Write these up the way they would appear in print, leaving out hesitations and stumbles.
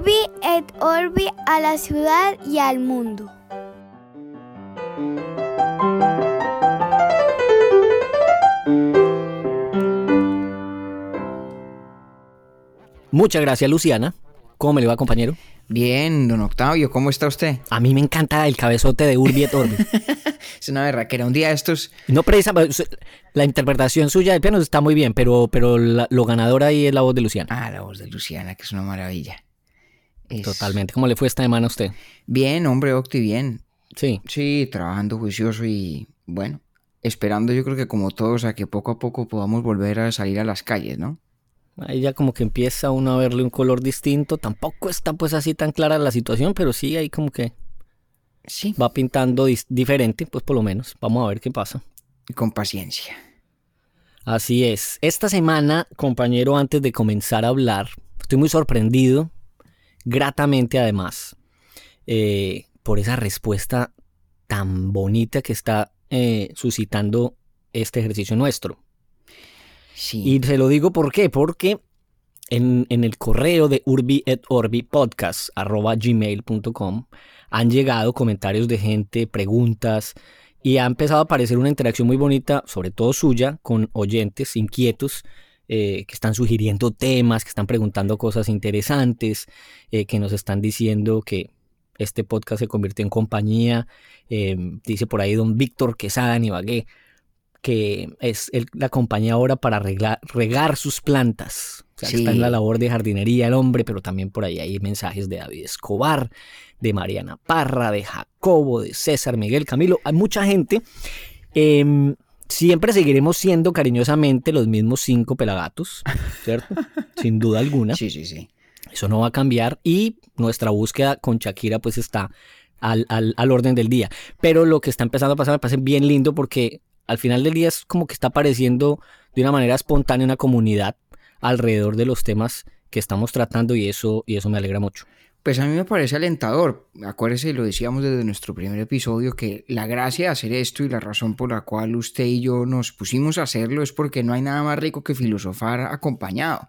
Urbi et Orbi a la ciudad y al mundo. Muchas gracias, Luciana. ¿Cómo me le va, compañero? Bien, don Octavio, ¿cómo está usted? A mí me encanta el cabezote de Urbi et Orbi. Es una berraquera. Un día estos... No precisamente, la interpretación suya del piano está muy bien, pero lo ganador ahí es la voz de Luciana. Ah, la voz de Luciana, que es una maravilla. Totalmente. ¿Cómo le fue esta semana a usted? Bien, hombre, Octi, bien. Sí. Sí, trabajando juicioso y, bueno, esperando yo creo que como todos a que poco a poco podamos volver a salir a las calles, ¿no? Ahí ya como que empieza uno a verle un color distinto. Tampoco está pues así tan clara la situación, pero sí ahí como que sí va pintando diferente, pues por lo menos. Vamos a ver qué pasa. Y con paciencia. Así es. Esta semana, compañero, antes de comenzar a hablar, estoy muy sorprendido, gratamente además, por esa respuesta tan bonita que está suscitando este ejercicio nuestro. Sí. Y se lo digo ¿por qué? Porque en el correo de urbi@gmail.com han llegado comentarios de gente, preguntas, y ha empezado a aparecer una interacción muy bonita, sobre todo suya, con oyentes inquietos que están sugiriendo temas, que están preguntando cosas interesantes, que nos están diciendo que este podcast se convirtió en compañía. Dice por ahí don Víctor Quesada Ibagué que es la compañía ahora para regar sus plantas. O sea, Sí. está en la labor de jardinería el hombre, pero también por ahí hay mensajes de David Escobar, de Mariana Parra, de Jacobo, de César Miguel Camilo. Hay mucha gente. Siempre seguiremos siendo cariñosamente los mismos 5 pelagatos, ¿cierto? Sin duda alguna. Sí. Eso no va a cambiar y nuestra búsqueda con Shakira pues está al orden del día. Pero lo que está empezando a pasar me parece bien lindo porque al final del día es como que está apareciendo de una manera espontánea una comunidad alrededor de los temas que estamos tratando y eso me alegra mucho. Pues a mí me parece alentador. Acuérdese, lo decíamos desde nuestro primer episodio, que la gracia de hacer esto y la razón por la cual usted y yo nos pusimos a hacerlo es porque no hay nada más rico que filosofar acompañado.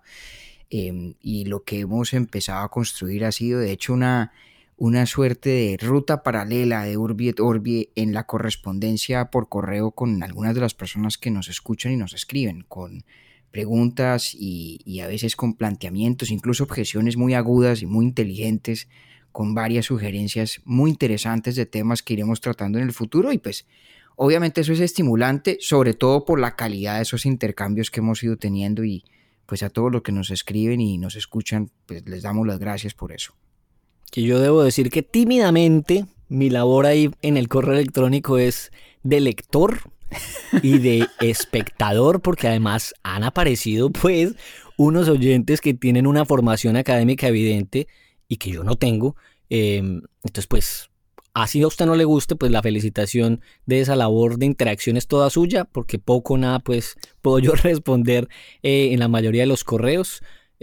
Y lo que hemos empezado a construir ha sido de hecho una suerte de ruta paralela de Urbi et Orbi en la correspondencia por correo con algunas de las personas que nos escuchan y nos escriben, con preguntas y a veces con planteamientos, incluso objeciones muy agudas y muy inteligentes, con varias sugerencias muy interesantes de temas que iremos tratando en el futuro. Y pues obviamente eso es estimulante, sobre todo por la calidad de esos intercambios que hemos ido teniendo, y pues a todos los que nos escriben y nos escuchan, pues les damos las gracias por eso. Que yo debo decir que tímidamente mi labor ahí en el correo electrónico es de lector y de espectador, porque además han aparecido pues unos oyentes que tienen una formación académica evidente y que yo no tengo. Entonces pues así a usted no le guste, pues la felicitación de esa labor de interacción es toda suya, porque poco o nada pues puedo yo responder en la mayoría de los correos.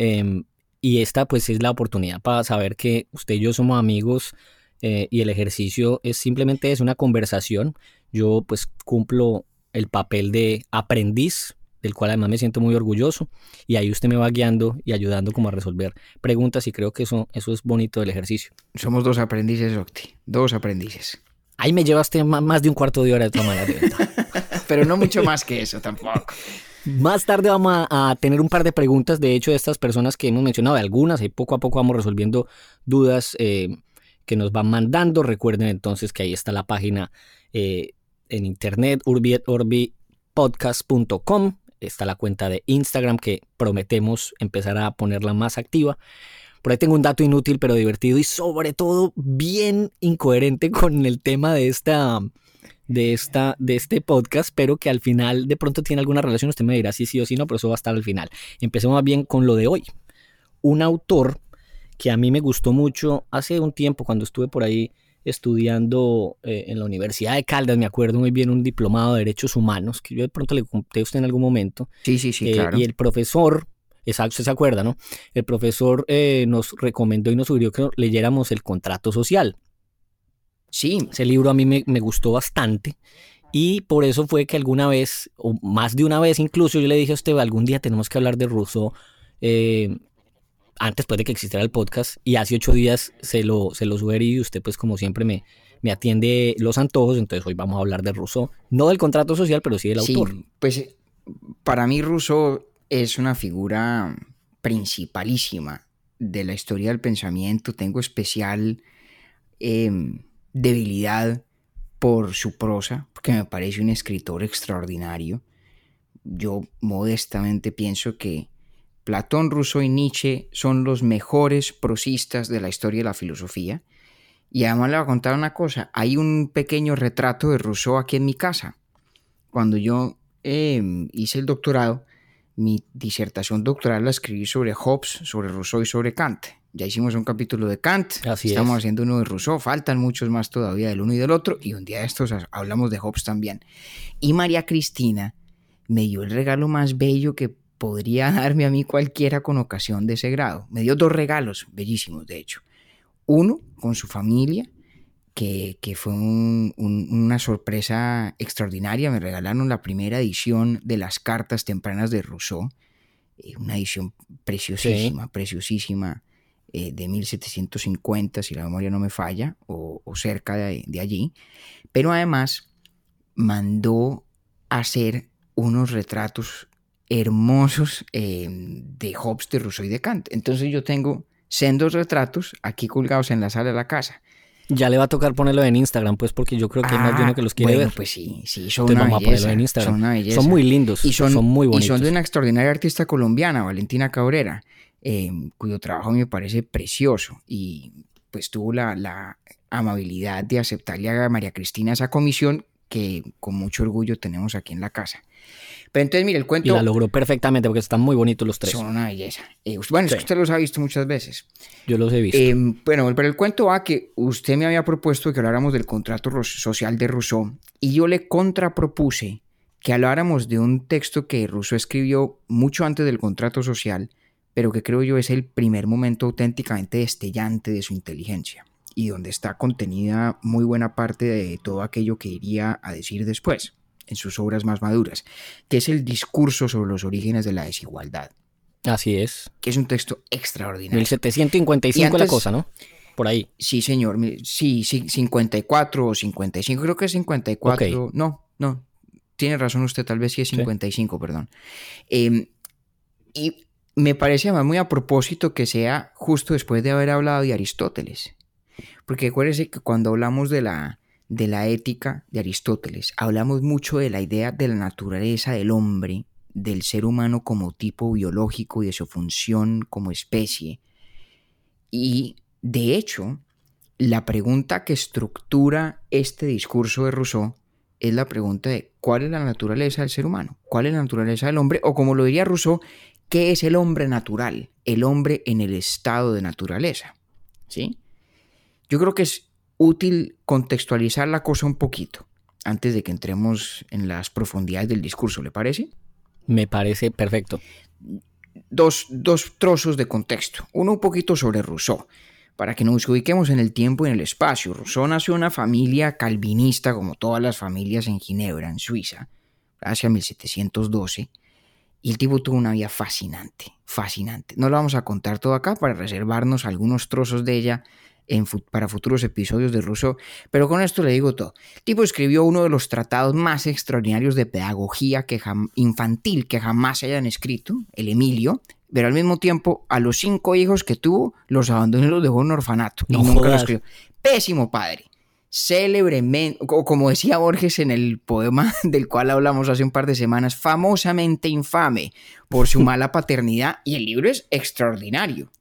Y esta pues es la oportunidad para saber que usted y yo somos amigos, y el ejercicio es simplemente una conversación. Yo pues cumplo el papel de aprendiz, del cual además me siento muy orgulloso, y ahí usted me va guiando y ayudando como a resolver preguntas, y creo que eso es bonito del ejercicio. Somos 2 aprendices, Octi, 2 aprendices. Ahí me llevaste más de un cuarto de hora de todas maneras. Pero no mucho más que eso tampoco. Más tarde vamos a tener un par de preguntas, de hecho, de estas personas que hemos mencionado, de algunas, y poco a poco vamos resolviendo dudas que nos van mandando. Recuerden entonces que ahí está la página en internet, urbi@orbipodcast.com. Está la cuenta de Instagram que prometemos empezar a ponerla más activa. Por ahí tengo un dato inútil pero divertido y sobre todo bien incoherente con el tema de este podcast, pero que al final de pronto tiene alguna relación. Usted me dirá si sí o si no, pero eso va a estar al final. Empecemos más bien con lo de hoy. Un autor que a mí me gustó mucho hace un tiempo cuando estuve por ahí estudiando en la Universidad de Caldas, me acuerdo muy bien, un diplomado de Derechos Humanos, que yo de pronto le conté a usted en algún momento. Sí, claro. Y el profesor, exacto, usted se acuerda, ¿no? El profesor nos recomendó y nos sugirió que leyéramos El Contrato Social. Sí. Ese libro a mí me gustó bastante, y por eso fue que alguna vez, o más de una vez incluso, yo le dije a usted, algún día tenemos que hablar de Rousseau antes pues de que existiera el podcast, y hace 8 días se lo sugerí y usted pues como siempre me atiende los antojos, entonces hoy vamos a hablar de Rousseau, no del contrato social, pero sí del autor. Sí, pues para mí Rousseau es una figura principalísima de la historia del pensamiento. Tengo especial debilidad por su prosa, porque me parece un escritor extraordinario. Yo modestamente pienso que Platón, Rousseau y Nietzsche son los mejores prosistas de la historia de la filosofía. Y además le voy a contar una cosa, hay un pequeño retrato de Rousseau aquí en mi casa. Cuando yo hice el doctorado, mi disertación doctoral la escribí sobre Hobbes, sobre Rousseau y sobre Kant. Ya hicimos un capítulo de Kant, estamos haciendo uno de Rousseau, faltan muchos más todavía del uno y del otro, y un día de estos hablamos de Hobbes también. Y María Cristina me dio el regalo más bello que podría darme a mí cualquiera con ocasión de ese grado. Me dio 2 regalos bellísimos, de hecho. Uno, con su familia, que fue una sorpresa extraordinaria. Me regalaron la primera edición de las cartas tempranas de Rousseau, una edición preciosísima, de 1750, si la memoria no me falla, o cerca de allí. Pero además mandó hacer unos retratos hermosos de Hobbes, de Rousseau y de Kant. Entonces yo tengo sendos retratos aquí colgados en la sala de la casa. Ya le va a tocar ponerlo en Instagram, pues, porque yo creo que hay más de uno que los quiere ver. Pues sí, son entonces una vamos belleza, a ponerlo en Instagram. son una belleza. Son muy lindos, y son muy bonitos. Y son de una extraordinaria artista colombiana, Valentina Cabrera, cuyo trabajo me parece precioso. Y pues tuvo la amabilidad de aceptarle a María Cristina esa comisión que con mucho orgullo tenemos aquí en la casa. Pero entonces, mire, el cuento... Y la logró perfectamente porque están muy bonitos los 3. Son una belleza. Bueno, es que usted los ha visto muchas veces. Yo los he visto. Bueno, pero el cuento va que usted me había propuesto que habláramos del contrato social de Rousseau y yo le contrapropuse que habláramos de un texto que Rousseau escribió mucho antes del contrato social, pero que creo yo es el primer momento auténticamente destellante de su inteligencia y donde está contenida muy buena parte de todo aquello que iría a decir después en sus obras más maduras, que es el discurso sobre los orígenes de la desigualdad. Así es. Que es un texto extraordinario. 1755 antes, la cosa, ¿no? Por ahí. Sí, señor. Sí, 54 o 55. Creo que es 54. Okay. No. Tiene razón usted, tal vez sí es 55, sí. Perdón. Y me parece además muy a propósito que sea justo después de haber hablado de Aristóteles. Porque acuérdese que cuando hablamos de la ética de Aristóteles, hablamos mucho de la idea de la naturaleza del hombre, del ser humano como tipo biológico y de su función como especie. Y, de hecho, la pregunta que estructura este discurso de Rousseau es la pregunta de ¿cuál es la naturaleza del ser humano? ¿Cuál es la naturaleza del hombre? O como lo diría Rousseau, ¿qué es el hombre natural? El hombre en el estado de naturaleza. ¿Sí? Yo creo que es útil contextualizar la cosa un poquito antes de que entremos en las profundidades del discurso, ¿le parece? Me parece perfecto. Dos trozos de contexto. Uno un poquito sobre Rousseau, para que nos ubiquemos en el tiempo y en el espacio. Rousseau nació en una familia calvinista, como todas las familias en Ginebra, en Suiza, hacia 1712. Y el tipo tuvo una vida fascinante. No lo vamos a contar todo acá para reservarnos algunos trozos de ella para futuros episodios de Rousseau, pero con esto le digo todo. El tipo escribió uno de los tratados más extraordinarios de pedagogía infantil que jamás se hayan escrito, el Emilio, pero al mismo tiempo a los 5 hijos que tuvo los abandonó y los dejó en un orfanato. No y nunca jodas. los escribió. Pésimo padre. Célebremente, o como decía Borges en el poema del cual hablamos hace un par de semanas, famosamente infame por su mala paternidad, y el libro es extraordinario.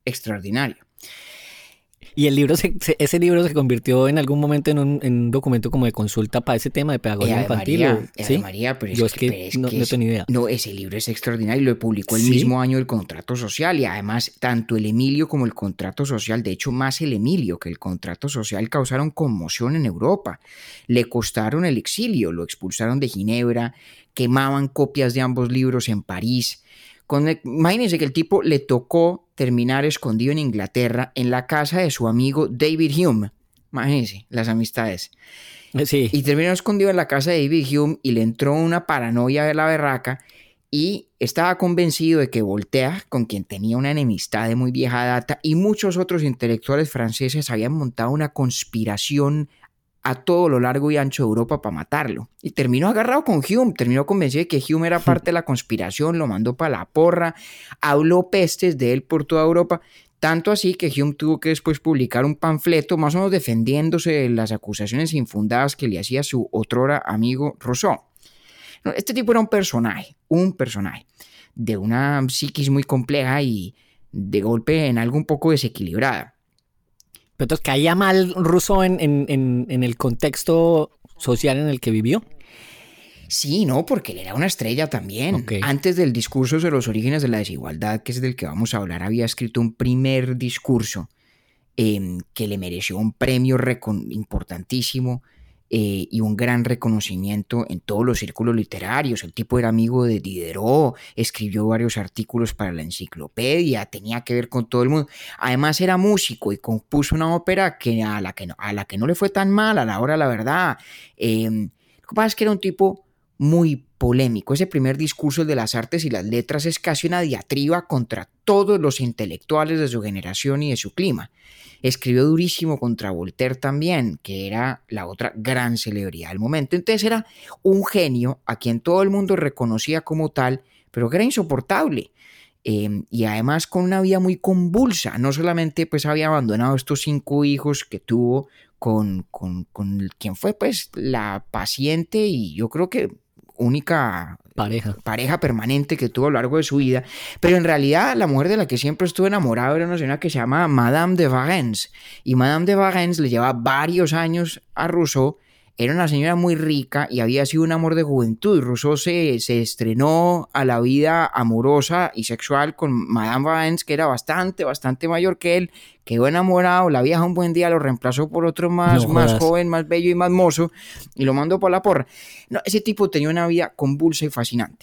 Y el libro ese libro se convirtió en algún momento en un documento como de consulta para ese tema de pedagogía infantil. ¿Sí? María, pero yo es que no tengo ni idea. No, ese libro es extraordinario y lo publicó el mismo año del contrato social, y además tanto el Emilio como el contrato social, de hecho más el Emilio que el contrato social, causaron conmoción en Europa. Le costaron el exilio, lo expulsaron de Ginebra, quemaban copias de ambos libros en París. Imagínense que el tipo le tocó terminar escondido en Inglaterra en la casa de su amigo David Hume. Imagínense las amistades. Sí. Y terminó escondido en la casa de David Hume y le entró una paranoia de la berraca y estaba convencido de que Voltaire, con quien tenía una enemistad de muy vieja data, y muchos otros intelectuales franceses habían montado una conspiración a todo lo largo y ancho de Europa para matarlo. Y terminó agarrado con Hume, terminó convencido de que Hume era parte de la conspiración, lo mandó para la porra, habló pestes de él por toda Europa, tanto así que Hume tuvo que después publicar un panfleto más o menos defendiéndose de las acusaciones infundadas que le hacía su otrora amigo Rousseau. Este tipo era un personaje de una psiquis muy compleja y de golpe en algo un poco desequilibrada. Pero entonces, ¿caía mal Rousseau en el contexto social en el que vivió? Sí, no, porque él era una estrella también. Okay. Antes del discurso sobre los orígenes de la desigualdad, que es del que vamos a hablar, había escrito un primer discurso que le mereció un premio importantísimo y un gran reconocimiento en todos los círculos literarios. El tipo era amigo de Diderot, escribió varios artículos para la enciclopedia, tenía que ver con todo el mundo. Además era músico y compuso una ópera a la que no le fue tan mal a la hora de la verdad. Lo que pasa es que era un tipo muy polémico. Ese primer discurso, el de las artes y las letras, es casi una diatriba contra todos los intelectuales de su generación y de su clima. Escribió durísimo contra Voltaire también, que era la otra gran celebridad del momento. Entonces era un genio a quien todo el mundo reconocía como tal, pero que era insoportable. Y además con una vida muy convulsa. No solamente pues había abandonado estos 5 hijos que tuvo con quien fue pues la paciente y yo creo que única pareja permanente que tuvo a lo largo de su vida, pero en realidad la mujer de la que siempre estuvo enamorado era una señora que se llama Madame de Varens, y Madame de Varens le llevaba varios años a Rousseau. Era una señora muy rica y había sido un amor de juventud. Rousseau se estrenó a la vida amorosa y sexual con Madame Varens, que era bastante mayor que él. Quedó enamorado, la vieja un buen día lo reemplazó por otro más joven, más bello y más mozo, y lo mandó por la porra. No, ese tipo tenía una vida convulsa y fascinante.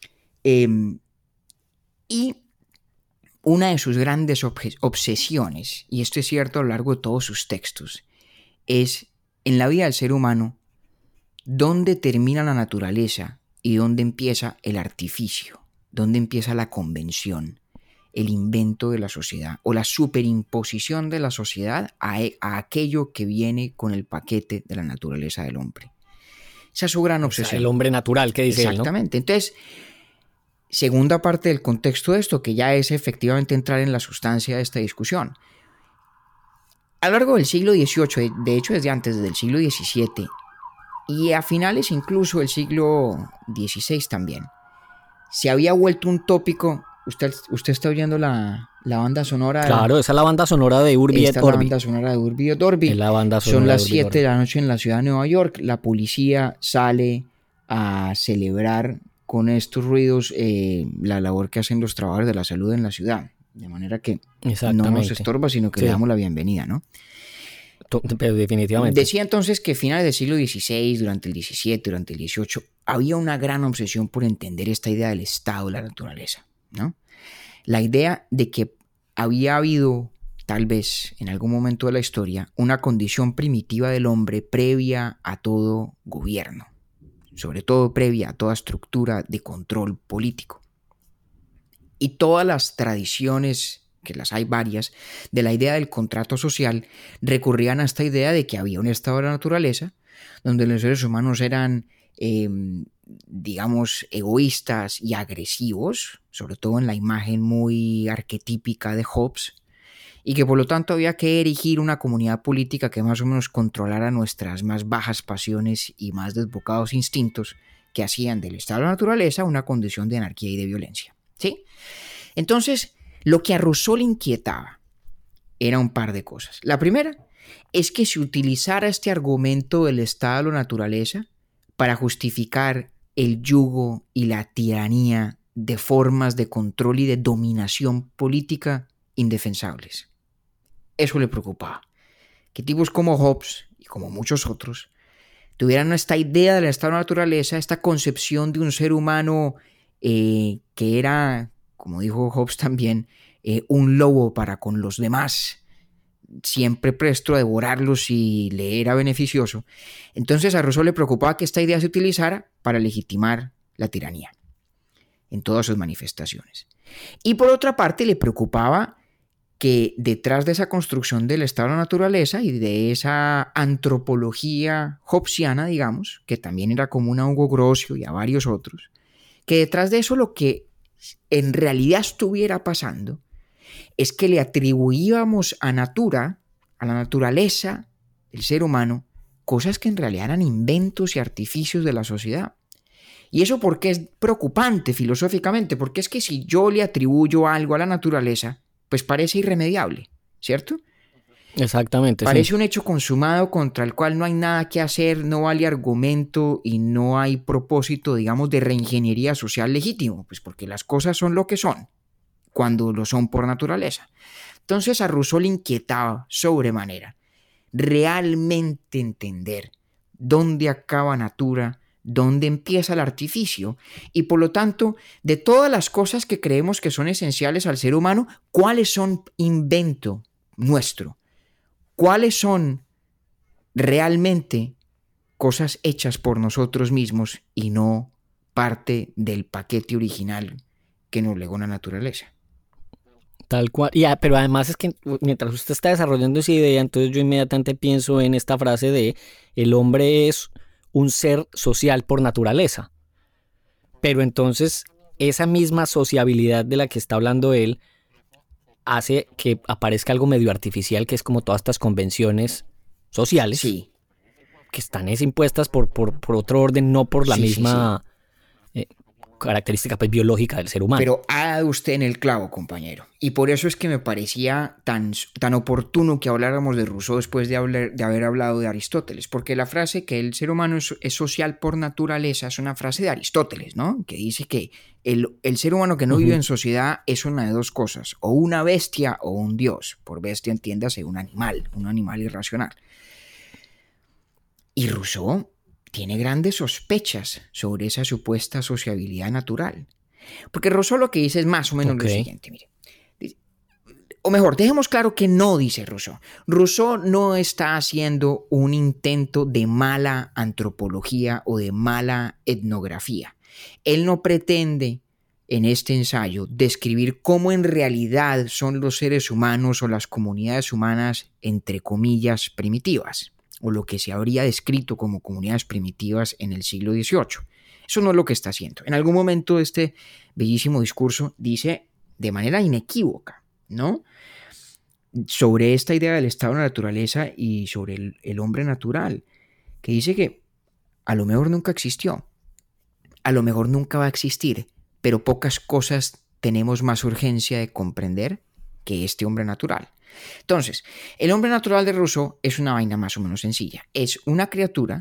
Y una de sus grandes obsesiones, y esto es cierto a lo largo de todos sus textos, es en la vida del ser humano dónde termina la naturaleza y dónde empieza el artificio, dónde empieza la convención, el invento de la sociedad o la superimposición de la sociedad a aquello que viene con el paquete de la naturaleza del hombre. Esa es su gran obsesión. O sea, el hombre natural, ¿qué dice él, no? Exactamente. Entonces, segunda parte del contexto de esto, que ya es efectivamente entrar en la sustancia de esta discusión. A lo largo del siglo XVIII, de hecho desde antes del siglo XVII, y a finales incluso del siglo XVI también, se había vuelto un tópico. Usted está oyendo la banda sonora. Claro, esa es la banda sonora de Urbi et Orbi. Esta es la banda sonora de Urbi et Orbi. Es la banda sonora. Son las 7 de la noche en la ciudad de Nueva York. La policía sale a celebrar con estos ruidos la labor que hacen los trabajadores de la salud en la ciudad. De manera que no nos estorba, sino que le damos la bienvenida, ¿no? Pero definitivamente. Decía entonces que a finales del siglo XVI, durante el XVII, durante el XVIII, había una gran obsesión por entender esta idea del estado de la naturaleza, ¿no? La idea de que había habido, tal vez en algún momento de la historia, una condición primitiva del hombre previa a todo gobierno, sobre todo previa a toda estructura de control político. Y todas las tradiciones, que las hay varias, de la idea del contrato social, recurrían a esta idea de que había un estado de la naturaleza donde los seres humanos eran, digamos, egoístas y agresivos, sobre todo en la imagen muy arquetípica de Hobbes, y que por lo tanto había que erigir una comunidad política que más o menos controlara nuestras más bajas pasiones y más desbocados instintos, que hacían del estado de la naturaleza una condición de anarquía y de violencia. ¿Sí? Entonces, lo que a Rousseau le inquietaba era un par de cosas. La primera es que se utilizara este argumento del estado de la naturaleza para justificar el yugo y la tiranía de formas de control y de dominación política indefensables. Eso le preocupaba. Que tipos como Hobbes y como muchos otros tuvieran esta idea del estado de la naturaleza, esta concepción de un ser humano que era, como dijo Hobbes también, un lobo para con los demás, siempre presto a devorarlos si le era beneficioso. Entonces a Rousseau le preocupaba que esta idea se utilizara para legitimar la tiranía. en todas sus manifestaciones. Y por otra parte le preocupaba que detrás de esa construcción del estado de la naturaleza y de esa antropología hobbesiana, digamos, que también era común a Hugo Grocio y a varios otros, que detrás de eso lo que en realidad estuviera pasando es que le atribuíamos a la naturaleza del ser humano, cosas que en realidad eran inventos y artificios de la sociedad. ¿Y eso por qué es preocupante filosóficamente? Porque es que si yo le atribuyo algo a la naturaleza, pues parece irremediable, ¿cierto? Exactamente. Parece sí. un hecho consumado contra el cual no hay nada que hacer, no vale argumento y no hay propósito, digamos, de reingeniería social legítimo, pues porque las cosas son lo que son, cuando lo son por naturaleza. Entonces a Rousseau le inquietaba sobremanera realmente entender dónde acaba natura, dónde empieza el artificio y por lo tanto de todas las cosas que creemos que son esenciales al ser humano, ¿cuáles son invento nuestro? ¿Cuáles son realmente cosas hechas por nosotros mismos y no parte del paquete original que nos legó la naturaleza? Tal cual. Pero además es que mientras usted está desarrollando esa idea, entonces yo inmediatamente pienso en esta frase de el hombre es un ser social por naturaleza. Pero entonces esa misma sociabilidad de la que está hablando él hace que aparezca algo medio artificial, que es como todas estas convenciones sociales Sí. que están impuestas por otro orden, no por la Sí, misma característica pues, biológica del ser humano. Pero ha dado usted en el clavo, compañero. Y por eso es que me parecía tan oportuno que habláramos de Rousseau después de haber hablado de Aristóteles. Porque la frase que el ser humano es social por naturaleza es una frase de Aristóteles, ¿no? Que dice que el ser humano que no vive en sociedad es una de dos cosas. O una bestia o un dios. Por bestia entiéndase un animal irracional. Y Rousseau tiene grandes sospechas sobre esa supuesta sociabilidad natural. Porque Rousseau lo que dice es más o menos lo siguiente, mire. O mejor, dejemos claro que no dice Rousseau. Rousseau no está haciendo un intento de mala antropología o de mala etnografía. Él no pretende en este ensayo describir cómo en realidad son los seres humanos o las comunidades humanas, entre comillas, primitivas, o lo que se habría descrito como comunidades primitivas en el siglo XVIII. Eso no es lo que está haciendo. En algún momento este bellísimo discurso dice de manera inequívoca, ¿no?, sobre esta idea del estado de la naturaleza y sobre el hombre natural, que dice que a lo mejor nunca existió, a lo mejor nunca va a existir, pero pocas cosas tenemos más urgencia de comprender que este hombre natural. Entonces, el hombre natural de Rousseau es una vaina más o menos sencilla. Es una criatura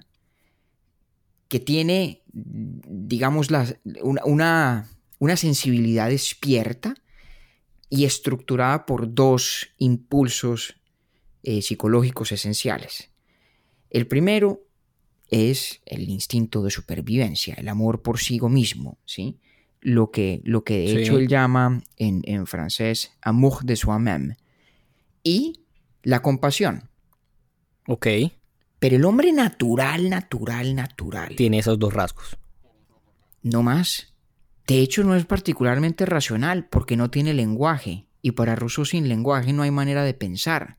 que tiene, digamos, una sensibilidad despierta y estructurada por dos impulsos psicológicos esenciales. El primero es el instinto de supervivencia, el amor por sí mismo, ¿sí? Lo que de hecho él llama en francés amour de soi-même. Y la compasión. Ok. Pero el hombre natural. Tiene esos dos rasgos. No más. De hecho, no es particularmente racional porque no tiene lenguaje. Y para Rousseau sin lenguaje no hay manera de pensar.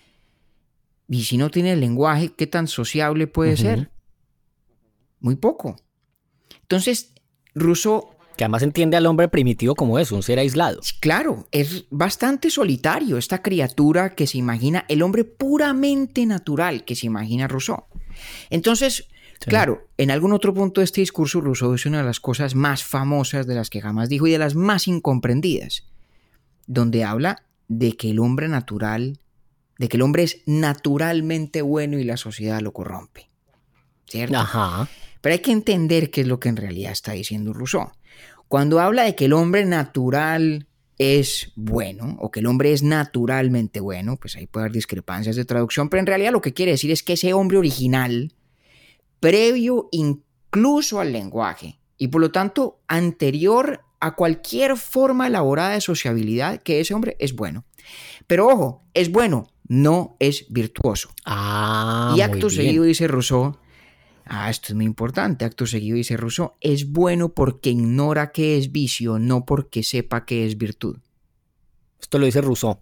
Y si no tiene lenguaje, ¿qué tan sociable puede ser? Muy poco. Entonces, Rousseau... Que además entiende al hombre primitivo como eso, un ser aislado. Claro, es bastante solitario esta criatura que se imagina, el hombre puramente natural que se imagina Rousseau. Entonces, claro, en algún otro punto de este discurso Rousseau es una de las cosas más famosas de las que jamás dijo y de las más incomprendidas, donde habla de que el hombre natural, de que el hombre es naturalmente bueno y la sociedad lo corrompe, ¿cierto? Ajá. Pero hay que entender qué es lo que en realidad está diciendo Rousseau. Cuando habla de que el hombre natural es bueno o que el hombre es naturalmente bueno, pues ahí puede haber discrepancias de traducción, pero en realidad lo que quiere decir es que ese hombre original, previo incluso al lenguaje y por lo tanto anterior a cualquier forma elaborada de sociabilidad, que ese hombre es bueno. Pero ojo, es bueno, no es virtuoso. Y acto seguido dice Rousseau, Esto es muy importante. Acto seguido dice Rousseau, es bueno porque ignora qué es vicio, no porque sepa qué es virtud. Esto lo dice Rousseau.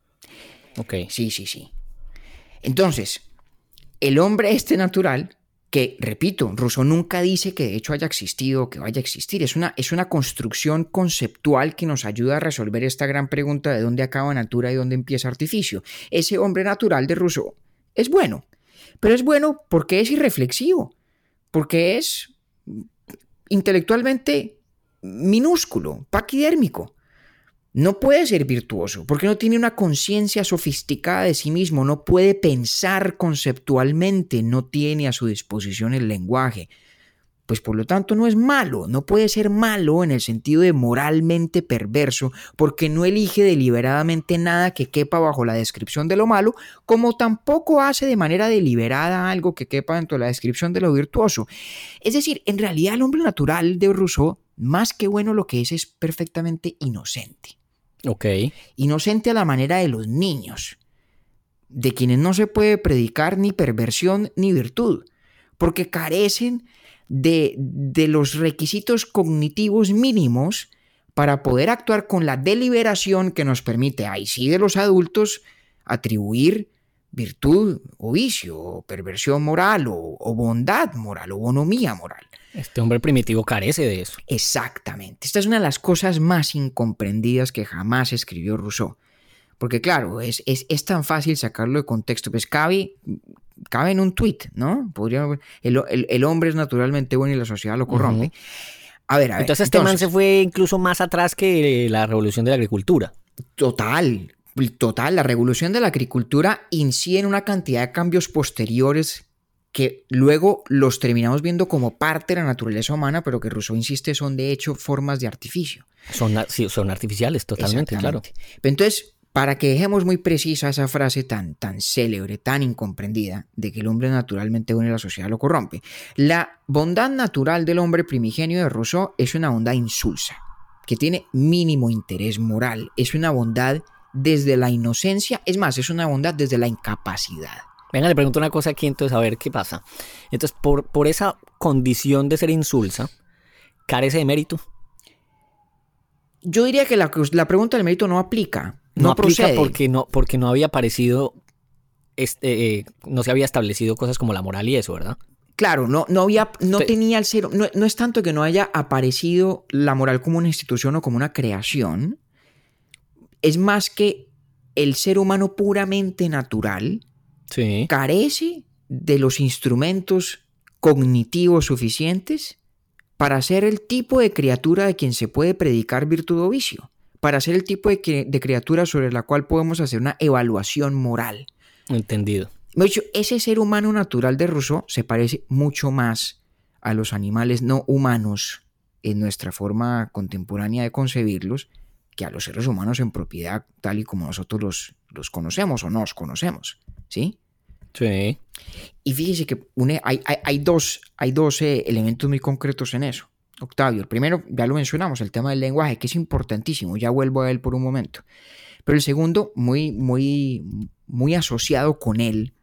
Ok. Sí. Entonces, el hombre natural, que, repito, Rousseau nunca dice que de hecho haya existido o que vaya a existir, es una construcción conceptual que nos ayuda a resolver esta gran pregunta de dónde acaba natura y dónde empieza artificio. Ese hombre natural de Rousseau es bueno, pero es bueno porque es irreflexivo, porque es intelectualmente minúsculo, paquidérmico. No puede ser virtuoso porque no tiene una conciencia sofisticada de sí mismo, no puede pensar conceptualmente, no tiene a su disposición el lenguaje. Pues por lo tanto no es malo, no puede ser malo en el sentido de moralmente perverso porque no elige deliberadamente nada que quepa bajo la descripción de lo malo, como tampoco hace de manera deliberada algo que quepa dentro de la descripción de lo virtuoso. Es decir, en realidad el hombre natural de Rousseau, más que bueno, lo que es perfectamente inocente. Ok. Inocente a la manera de los niños, de quienes no se puede predicar ni perversión ni virtud, porque carecen de los requisitos cognitivos mínimos para poder actuar con la deliberación que nos permite, ahí sí de los adultos, atribuir virtud o vicio, o perversión moral, o bondad moral, o bonomía moral. Este hombre primitivo carece de eso. Exactamente. Esta es una de las cosas más incomprendidas que jamás escribió Rousseau. Porque claro, es tan fácil sacarlo de contexto. Pues cabe en un tuit, ¿no? El hombre es naturalmente bueno y la sociedad lo corrompe. Uh-huh. A ver. Entonces este man se fue incluso más atrás que la revolución de la agricultura. Total. La revolución de la agricultura incide en una cantidad de cambios posteriores que luego los terminamos viendo como parte de la naturaleza humana, pero que Rousseau insiste son de hecho formas de artificio. Son artificiales, totalmente, claro. Pero entonces, para que dejemos muy precisa esa frase tan célebre, tan incomprendida, de que el hombre naturalmente bueno y la sociedad lo corrompe, la bondad natural del hombre primigenio de Rousseau es una bondad insulsa, que tiene mínimo interés moral, es una bondad desde la inocencia, es más, es una bondad desde la incapacidad. Venga, le pregunto una cosa aquí, entonces, a ver qué pasa. Entonces, por esa condición de ser insulsa, ¿carece de mérito? Yo diría que la pregunta del mérito no aplica. No aplica procede. porque no había aparecido, no se había establecido cosas como la moral y eso, ¿verdad? Claro, no tenía el cero. No es tanto que no haya aparecido la moral como una institución o como una creación. Es más que el ser humano puramente natural carece de los instrumentos cognitivos suficientes para ser el tipo de criatura de quien se puede predicar virtud o vicio, para ser el tipo de criatura sobre la cual podemos hacer una evaluación moral. Entendido. De hecho, ese ser humano natural de Rousseau se parece mucho más a los animales no humanos en nuestra forma contemporánea de concebirlos que a los seres humanos en propiedad tal y como nosotros los conocemos o nos conocemos, ¿sí? Sí. Y fíjese que hay dos elementos muy concretos en eso, Octavio. El primero, ya lo mencionamos, el tema del lenguaje, que es importantísimo, ya vuelvo a él por un momento. Pero el segundo, muy asociado con él,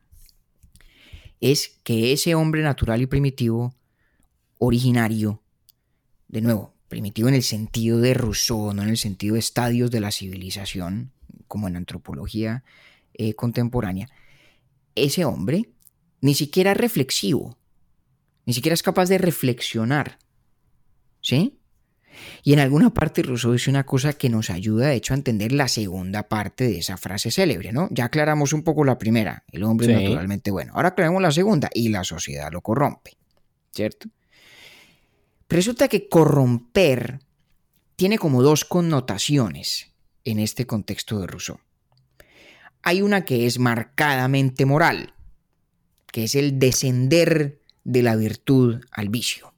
es que ese hombre natural y primitivo, originario, de nuevo, primitivo en el sentido de Rousseau, no en el sentido de estadios de la civilización, como en antropología contemporánea, ese hombre ni siquiera es reflexivo, ni siquiera es capaz de reflexionar, ¿sí? Y en alguna parte Rousseau dice una cosa que nos ayuda, de hecho, a entender la segunda parte de esa frase célebre, ¿no? Ya aclaramos un poco la primera, el hombre es naturalmente bueno. Ahora aclaramos la segunda, y la sociedad lo corrompe, ¿cierto? Resulta que corromper tiene como dos connotaciones en este contexto de Rousseau. Hay una que es marcadamente moral, que es el descender de la virtud al vicio,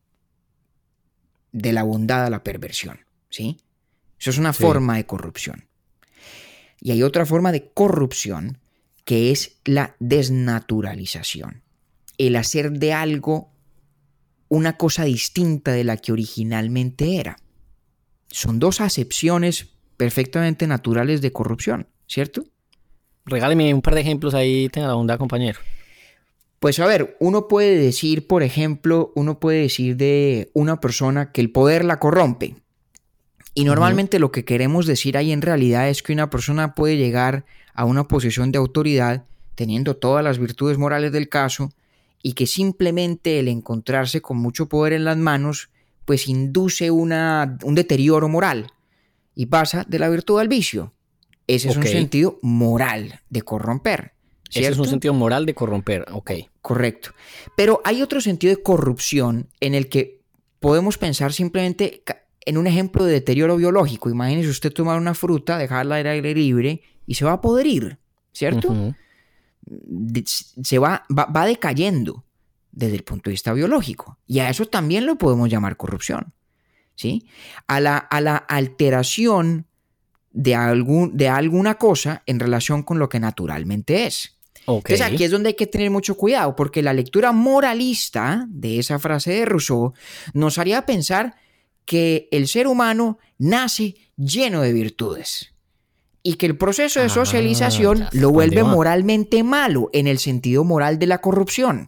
de la bondad a la perversión, ¿sí? Eso es una forma de corrupción. Y hay otra forma de corrupción que es la desnaturalización, el hacer de algo una cosa distinta de la que originalmente era. Son dos acepciones perfectamente naturales de corrupción, ¿cierto? Regáleme un par de ejemplos ahí, tenga la bondad, compañero. Pues a ver, uno puede decir, por ejemplo, de una persona que el poder la corrompe. Y normalmente lo que queremos decir ahí en realidad es que una persona puede llegar a una posición de autoridad teniendo todas las virtudes morales del caso y que simplemente el encontrarse con mucho poder en las manos pues induce un deterioro moral y pasa de la virtud al vicio. Ese es un sentido moral de corromper, ¿cierto? Ese es un sentido moral de corromper, ok. Correcto. Pero hay otro sentido de corrupción en el que podemos pensar simplemente en un ejemplo de deterioro biológico. Imagínese usted tomar una fruta, dejarla al aire libre y se va a podrir, ¿cierto? Uh-huh. Se va decayendo desde el punto de vista biológico. Y a eso también lo podemos llamar corrupción, ¿sí? A la alteración de alguna cosa en relación con lo que naturalmente es. Okay. Entonces aquí es donde hay que tener mucho cuidado, porque la lectura moralista de esa frase de Rousseau nos haría pensar que el ser humano nace lleno de virtudes y que el proceso de socialización lo vuelve moralmente malo en el sentido moral de la corrupción.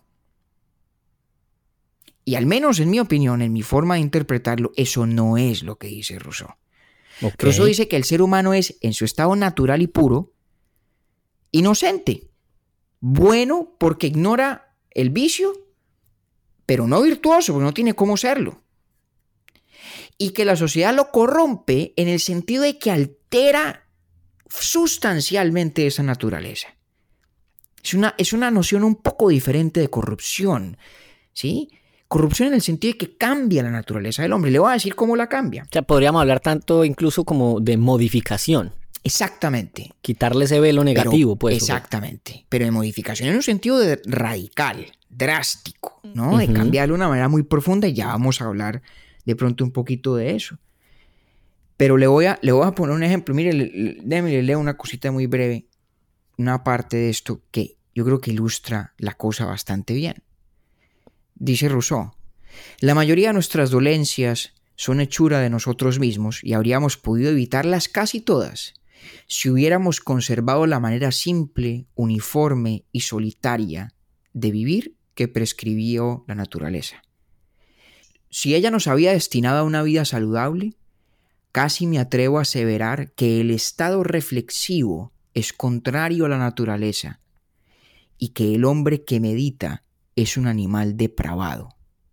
Y al menos en mi opinión, en mi forma de interpretarlo, eso no es lo que dice Rousseau. Okay. Rousseau dice que el ser humano es, en su estado natural y puro, inocente, bueno porque ignora el vicio, pero no virtuoso, porque no tiene cómo serlo. Y que la sociedad lo corrompe en el sentido de que altera sustancialmente esa naturaleza. Es una noción un poco diferente de corrupción, ¿sí? Corrupción en el sentido de que cambia la naturaleza del hombre. Le voy a decir cómo la cambia. O sea, podríamos hablar tanto incluso como de modificación. Exactamente. Quitarle ese velo negativo, pues. Exactamente. Pero de modificación en un sentido radical, drástico, ¿no? De cambiarlo de una manera muy profunda, y ya vamos a hablar de pronto un poquito de eso. Pero le voy a poner un ejemplo. Mire, déjeme le leo una cosita muy breve, una parte de esto que yo creo que ilustra la cosa bastante bien. Dice Rousseau: la mayoría de nuestras dolencias son hechura de nosotros mismos y habríamos podido evitarlas casi todas si hubiéramos conservado la manera simple, uniforme y solitaria de vivir que prescribió la naturaleza. Si ella nos había destinado a una vida saludable, casi me atrevo a aseverar que el estado reflexivo es contrario a la naturaleza y que el hombre que medita es un animal depravado.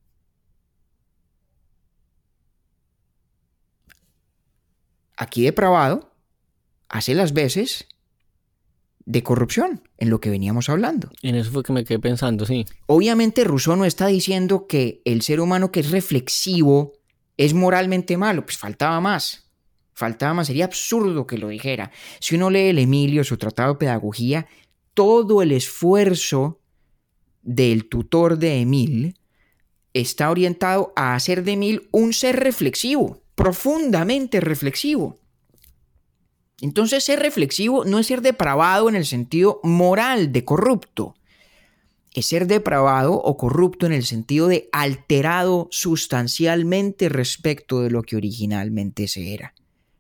Aquí depravado hace las veces de corrupción, en lo que veníamos hablando. En eso fue que me quedé pensando, sí. Obviamente Rousseau no está diciendo que el ser humano que es reflexivo es moralmente malo, pues faltaba más, sería absurdo que lo dijera. Si uno lee el Emilio, su tratado de pedagogía, todo el esfuerzo del tutor de Emile está orientado a hacer de Emile un ser reflexivo, profundamente reflexivo. Entonces, ser reflexivo no es ser depravado en el sentido moral de corrupto, es ser depravado o corrupto en el sentido de alterado sustancialmente respecto de lo que originalmente se era.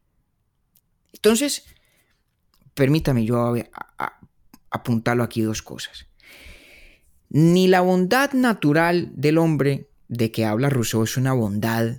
Entonces, permítame yo apuntarlo aquí dos cosas. Ni la bondad natural del hombre de que habla Rousseau es una bondad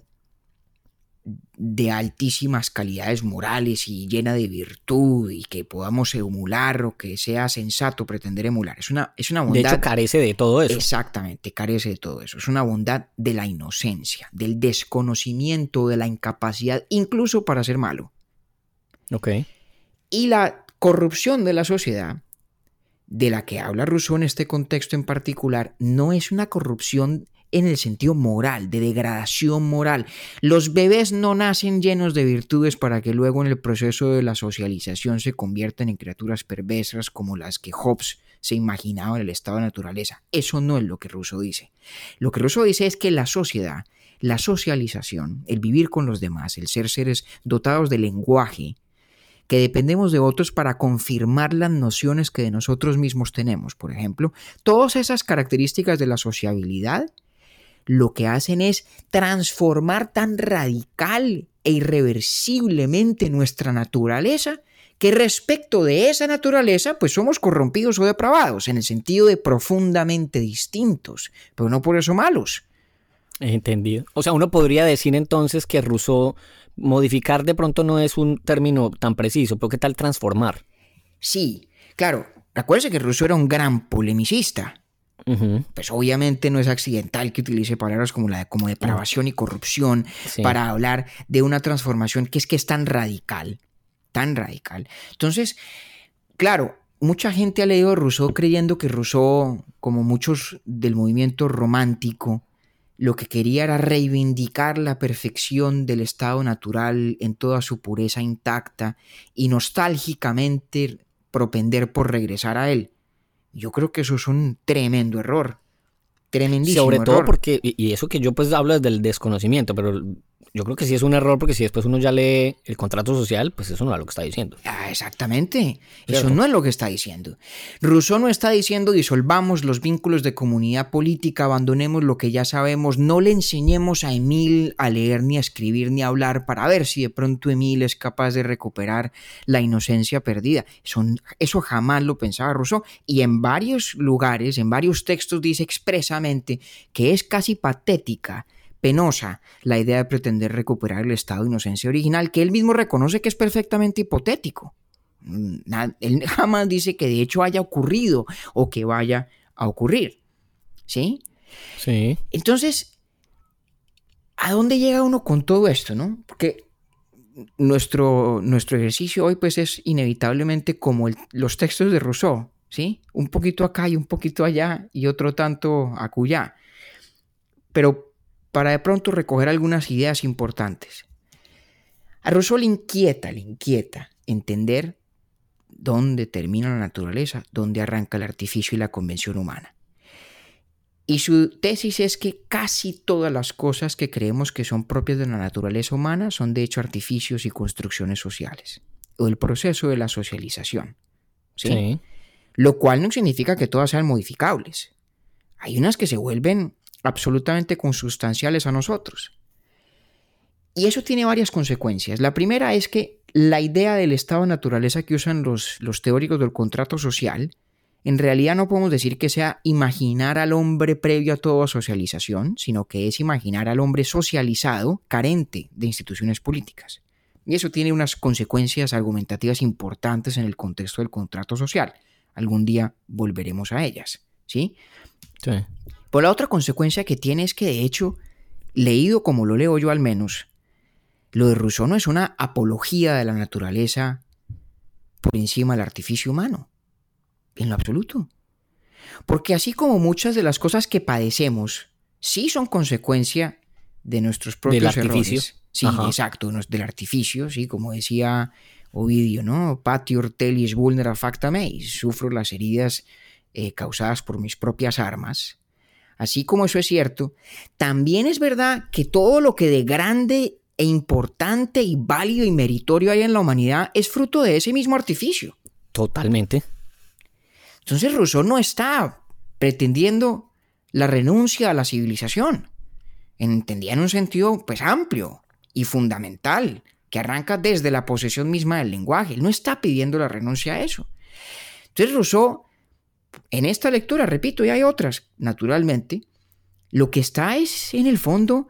de altísimas calidades morales y llena de virtud y que podamos emular o que sea sensato pretender emular. Es una bondad... De hecho, carece de todo eso. Exactamente, carece de todo eso. Es una bondad de la inocencia, del desconocimiento, de la incapacidad, incluso para ser malo. Ok. Y la corrupción de la sociedad, de la que habla Rousseau en este contexto en particular, no es una corrupción en el sentido moral, de degradación moral. Los bebés no nacen llenos de virtudes para que luego en el proceso de la socialización se conviertan en criaturas perversas como las que Hobbes se imaginaba en el estado de naturaleza. Eso no es lo que Rousseau dice. Lo que Rousseau dice es que la sociedad, la socialización, el vivir con los demás, el ser seres dotados de lenguaje, que dependemos de otros para confirmar las nociones que de nosotros mismos tenemos. Por ejemplo, todas esas características de la sociabilidad lo que hacen es transformar tan radical e irreversiblemente nuestra naturaleza que respecto de esa naturaleza, pues somos corrompidos o depravados, en el sentido de profundamente distintos, pero no por eso malos. Entendido. O sea, uno podría decir entonces que Rousseau, modificar de pronto no es un término tan preciso, pero ¿qué tal transformar? Sí, claro, recuérdese que Rousseau era un gran polemicista. Pues obviamente no es accidental que utilice palabras como depravación y corrupción para hablar de una transformación que es tan radical, tan radical. Entonces, claro, mucha gente ha leído a Rousseau creyendo que Rousseau, como muchos del movimiento romántico, lo que quería era reivindicar la perfección del estado natural en toda su pureza intacta y nostálgicamente propender por regresar a él. Yo creo que eso es un tremendo error, tremendísimo error. Sobre todo error. Porque, y eso que yo pues hablo desde el desconocimiento, pero yo creo que sí es un error porque si después uno ya lee el contrato social, pues eso no es lo que está diciendo. Exactamente, ¿cierto? Eso no es lo que está diciendo. Rousseau no está diciendo disolvamos los vínculos de comunidad política, abandonemos lo que ya sabemos, no le enseñemos a Emile a leer ni a escribir ni a hablar para ver si de pronto Emile es capaz de recuperar la inocencia perdida. Eso jamás lo pensaba Rousseau, y en varios lugares, en varios textos dice expresamente que es casi patética, penosa la idea de pretender recuperar el estado de inocencia original, que él mismo reconoce que es perfectamente hipotético. Él jamás dice que de hecho haya ocurrido o que vaya a ocurrir. ¿Sí? Sí. Entonces, ¿a dónde llega uno con todo esto, no? Porque nuestro ejercicio hoy pues es inevitablemente como los textos de Rousseau, ¿sí? Un poquito acá y un poquito allá y otro tanto acullá. Pero para de pronto recoger algunas ideas importantes. A Rousseau le inquieta entender dónde termina la naturaleza, dónde arranca el artificio y la convención humana. Y su tesis es que casi todas las cosas que creemos que son propias de la naturaleza humana son de hecho artificios y construcciones sociales, o el proceso de la socialización. ¿Sí? Lo cual no significa que todas sean modificables. Hay unas que se vuelven absolutamente consustanciales a nosotros. Y eso tiene varias consecuencias. La primera es que la idea del estado de naturaleza que usan los teóricos del contrato social, en realidad no podemos decir que sea imaginar al hombre previo a toda socialización, sino que es imaginar al hombre socializado, carente de instituciones políticas. Y eso tiene unas consecuencias argumentativas importantes en el contexto del contrato social. Algún día volveremos a ellas, ¿sí? Sí. Pero la otra consecuencia que tiene es que, de hecho, leído como lo leo yo al menos, lo de Rousseau no es una apología de la naturaleza por encima del artificio humano, en lo absoluto. Porque así como muchas de las cosas que padecemos sí son consecuencia de nuestros propios errores. Sí, ajá, exacto, del artificio, sí, como decía Ovidio, ¿no? Patior telis vulnera facta mei, sufro las heridas causadas por mis propias armas. Así como eso es cierto, también es verdad que todo lo que de grande e importante y válido y meritorio hay en la humanidad es fruto de ese mismo artificio. Totalmente. Entonces Rousseau no está pretendiendo la renuncia a la civilización, entendía en un sentido pues amplio y fundamental, que arranca desde la posesión misma del lenguaje. Él no está pidiendo la renuncia a eso. Entonces Rousseau, en esta lectura, repito, y hay otras, naturalmente, lo que está es, en el fondo,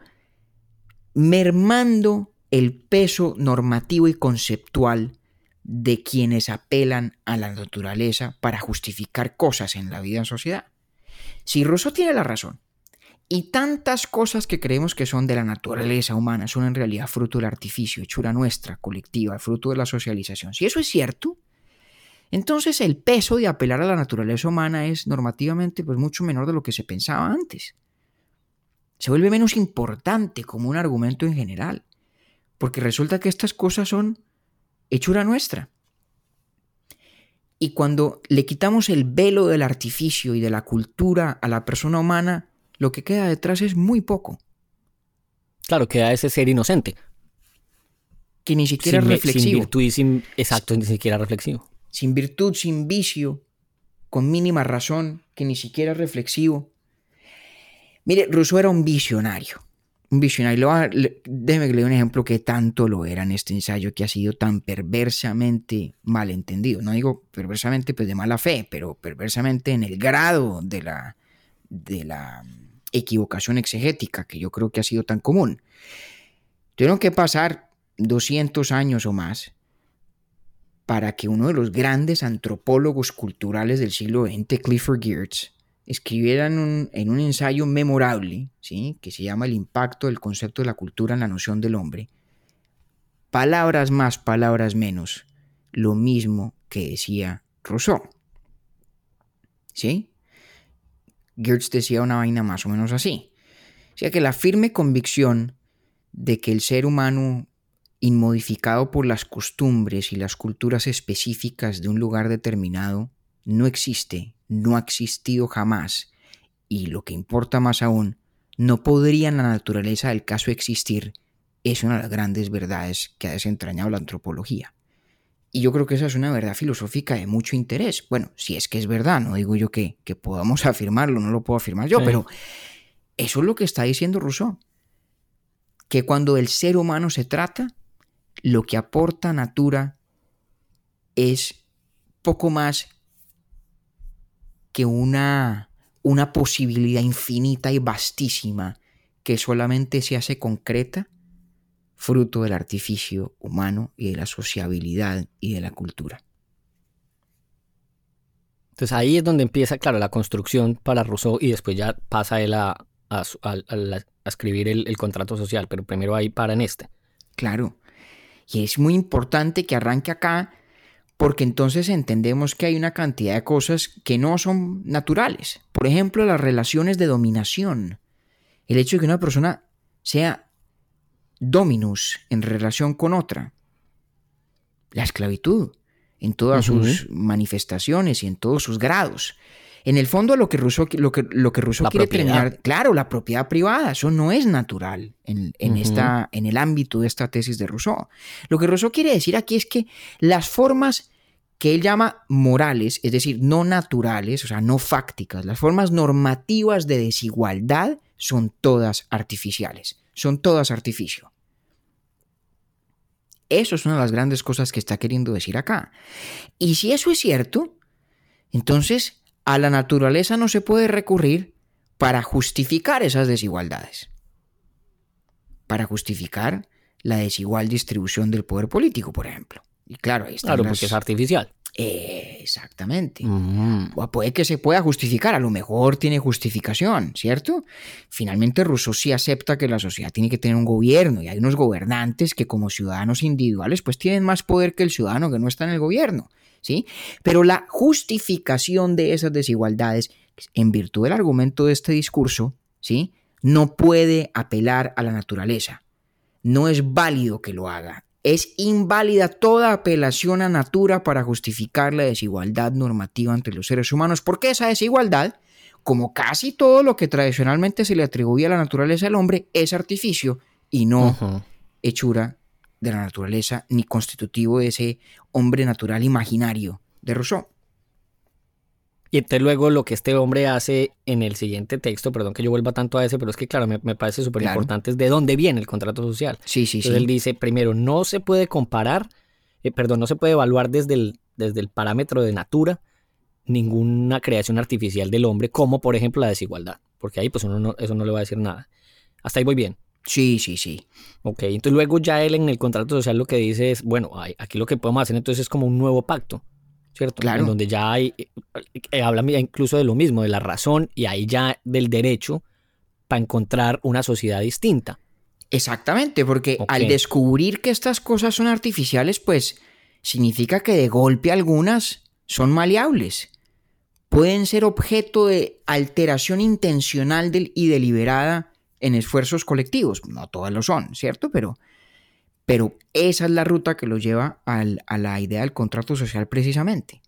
mermando el peso normativo y conceptual de quienes apelan a la naturaleza para justificar cosas en la vida en sociedad. Si Rousseau tiene la razón, y tantas cosas que creemos que son de la naturaleza humana son en realidad fruto del artificio, hechura nuestra, colectiva, fruto de la socialización, si eso es cierto, entonces el peso de apelar a la naturaleza humana es normativamente pues mucho menor de lo que se pensaba antes. Se vuelve menos importante como un argumento en general, porque resulta que estas cosas son hechura nuestra. Y cuando le quitamos el velo del artificio y de la cultura a la persona humana, lo que queda detrás es muy poco. Claro, queda ese ser inocente. Que ni siquiera es reflexivo. Sin virtud y exacto, ni siquiera reflexivo. Sin virtud, sin vicio, con mínima razón, que ni siquiera es reflexivo. Mire, Rousseau era un visionario. Un visionario. Déjeme que le dé un ejemplo que tanto lo era en este ensayo, que ha sido tan perversamente malentendido. No digo perversamente pues de mala fe, pero perversamente en el grado de la equivocación exegética, que yo creo que ha sido tan común. Tuvieron que pasar 200 años o más para que uno de los grandes antropólogos culturales del siglo XX, Clifford Geertz, escribiera en un ensayo memorable, ¿sí?, que se llama El impacto del concepto de la cultura en la noción del hombre. Palabras más, palabras menos, lo mismo que decía Rousseau. ¿Sí? Geertz decía una vaina más o menos así. O sea que la firme convicción de que el ser humano, inmodificado por las costumbres y las culturas específicas de un lugar determinado, no existe, no ha existido jamás, y lo que importa más aún, no podría en la naturaleza del caso existir, es una de las grandes verdades que ha desentrañado la antropología. Y yo creo que esa es una verdad filosófica de mucho interés. Bueno, si es que es verdad, no digo yo que podamos afirmarlo, no lo puedo afirmar yo, pero eso es lo que está diciendo Rousseau. Que cuando del ser humano se trata, lo que aporta Natura es poco más que una posibilidad infinita y vastísima que solamente se hace concreta fruto del artificio humano y de la sociabilidad y de la cultura. Entonces ahí es donde empieza, claro, la construcción para Rousseau y después ya pasa él a escribir el contrato social, pero primero ahí para en este. Claro, y es muy importante que arranque acá porque entonces entendemos que hay una cantidad de cosas que no son naturales. Por ejemplo, las relaciones de dominación. El hecho de que una persona sea dominus en relación con otra. La esclavitud en todas sus manifestaciones y en todos sus grados. En el fondo lo que Rousseau quiere terminar, claro, la propiedad privada, eso no es natural en el ámbito de esta tesis de Rousseau. Lo que Rousseau quiere decir aquí es que las formas que él llama morales, es decir, no naturales, o sea, no fácticas, las formas normativas de desigualdad son todas artificiales, son todas artificio. Eso es una de las grandes cosas que está queriendo decir acá. Y si eso es cierto, entonces a la naturaleza no se puede recurrir para justificar esas desigualdades, para justificar la desigual distribución del poder político, por ejemplo. Y claro, ahí están porque es artificial. Exactamente. O puede que se pueda justificar, a lo mejor tiene justificación, ¿cierto? Finalmente Rousseau sí acepta que la sociedad tiene que tener un gobierno y hay unos gobernantes que como ciudadanos individuales pues tienen más poder que el ciudadano que no está en el gobierno, ¿sí? Pero la justificación de esas desigualdades, en virtud del argumento de este discurso, ¿sí?, no puede apelar a la naturaleza. No es válido que lo haga. Es inválida toda apelación a natura para justificar la desigualdad normativa entre los seres humanos, porque esa desigualdad, como casi todo lo que tradicionalmente se le atribuye a la naturaleza del hombre, es artificio y no hechura de la naturaleza ni constitutivo de ese hombre natural imaginario de Rousseau. Y entonces luego lo que este hombre hace en el siguiente texto, perdón que yo vuelva tanto a ese, pero es que claro, me parece súper importante, es de dónde viene el contrato social. Sí. Entonces él dice, primero, no se puede comparar, no se puede evaluar desde el parámetro de natura ninguna creación artificial del hombre, como por ejemplo la desigualdad, porque ahí pues eso no le va a decir nada. Hasta ahí voy bien. Sí. Ok, entonces luego ya él en el contrato social lo que dice es, bueno, aquí lo que podemos hacer entonces es como un nuevo pacto, ¿cierto? Claro. En donde ya hay, habla incluso de lo mismo, de la razón y ahí ya del derecho para encontrar una sociedad distinta. Exactamente, porque al descubrir que estas cosas son artificiales, pues significa que de golpe algunas son maleables. Pueden ser objeto de alteración intencional y deliberada en esfuerzos colectivos. No todas lo son, ¿cierto? Pero esa es la ruta que lo lleva a la idea del contrato social precisamente.